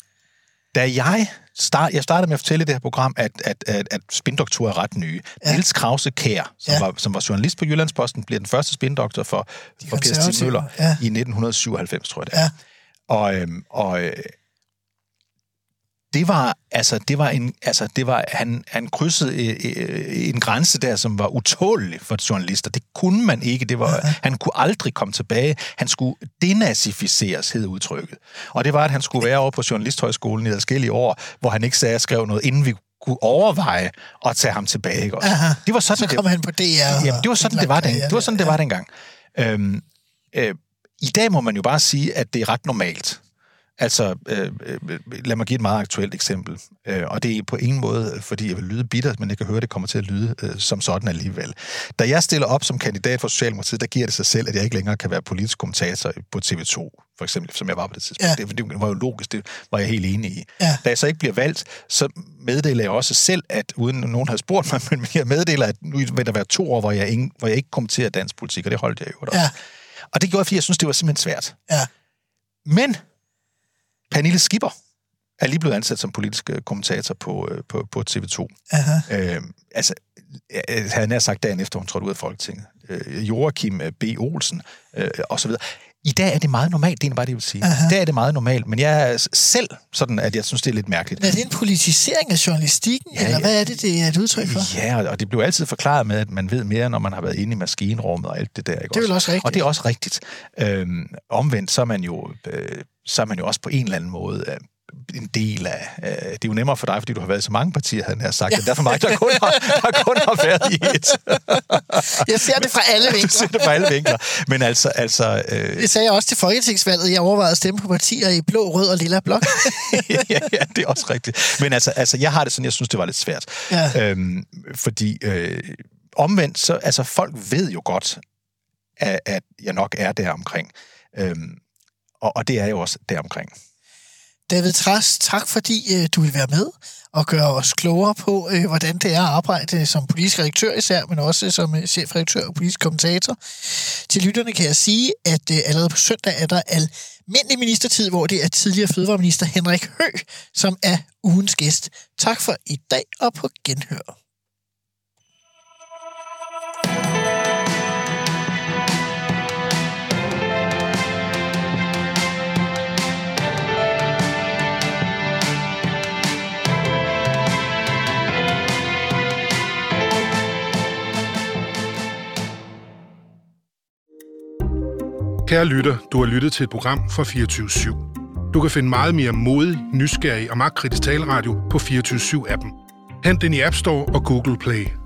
da jeg Start, jeg startede med at fortælle i det her program, at, at, at, at spindoktorer er ret nye. Ja. Niels Krause Kjær, som, ja. var, som var journalist på Jyllandsposten, bliver den første spindoktor for, for Per Stig Møller ja. i nitten syvoghalvfems, tror jeg det er. Ja. Og, øhm, og øh, det var, altså, det var en, altså, det var, han, han krydsede øh, en grænse der, som var utålelig for journalister. Det kunne man ikke. Det var, ja. Han kunne aldrig komme tilbage. Han skulle denazificeres, hed udtrykket. Og det var, at han skulle være over på Journalisthøjskolen i adskillige år, hvor han ikke sagde, at skrev noget, inden vi kunne overveje at tage ham tilbage. Ikke også? Det var sådan, så kom det, han på D R. Jamen, det var sådan, det var, den, det var sådan, det var dengang. Øhm, øh, I dag må man jo bare sige, at det er ret normalt. Altså, øh, lad mig give et meget aktuelt eksempel, øh, og det er på en måde, fordi jeg vil lyde bitter, men jeg kan høre, at det kommer til at lyde øh, som sådan alligevel. Da jeg stiller op som kandidat for Socialdemokratiet, der giver det sig selv, at jeg ikke længere kan være politisk kommentator på T V to, for eksempel, som jeg var på det tidspunkt. Ja. Det, det var jo logisk, det var jeg helt enig i. Ja. Da jeg så ikke bliver valgt, så meddeler jeg også selv, at uden nogen havde spurgt mig, men jeg meddeler, at nu vil der være to år, hvor jeg, ingen, hvor jeg ikke kommenterer dansk politik, og det holdt jeg jo også. Ja. Og det gjorde jeg, fordi jeg synes, det var simpelthen svært. Ja. Men Pernille Skipper er lige blevet ansat som politisk kommentator på, på, på T V to. Øh, altså, jeg havde nær sagt dagen efter, hun trådte ud af Folketinget. Øh, Joachim B. Olsen, øh, og så videre. I dag er det meget normalt, det er bare det, jeg vil sige. Aha. I dag er det meget normalt, men jeg er selv sådan, at jeg synes, det er lidt mærkeligt. Er det en politisering af journalistikken, ja, eller hvad er det, det er et udtryk for? Ja, og det bliver altid forklaret med, at man ved mere, når man har været inde i maskinrummet og alt det der. Ikke? Det er vel også rigtigt. Og det er også rigtigt. Øhm, omvendt, så er man jo... Øh, så er man jo også på en eller anden måde øh, en del af... Øh, det er jo nemmere for dig, fordi du har været i så mange partier, havde jeg sagt. Ja. Derfor mig, der kun har, der kun har været i et. Jeg ser det fra alle vinkler. Du ser det fra alle vinkler. Men altså... altså øh... Det sagde jeg også til folketingsvalget. Jeg overvejede at stemme på partier i blå, rød og lilla blok. ja, ja, det er også rigtigt. Men altså, altså, jeg har det sådan, jeg synes, det var lidt svært. Ja. Øhm, fordi øh, omvendt, så... Altså, folk ved jo godt, at, at jeg nok er der omkring. Øhm, Og, og det er jo også deromkring. David Trads, tak fordi øh, du vil være med og gøre os klogere på, øh, hvordan det er at arbejde som politisk redaktør især, men også som øh, chefredaktør og politisk kommentator. Til lytterne kan jeg sige, at øh, allerede på søndag er der almindelig ministertid, hvor det er tidligere fødevareminister Henrik Høegh, som er ugens gæst. Tak for i dag og på genhør. Kære lytter, du har lyttet til et program fra fireogtyve syv. Du kan finde meget mere modig, nysgerrig og magtkritisk taleradio på fireogtyve syv appen. Hent den i App Store og Google Play.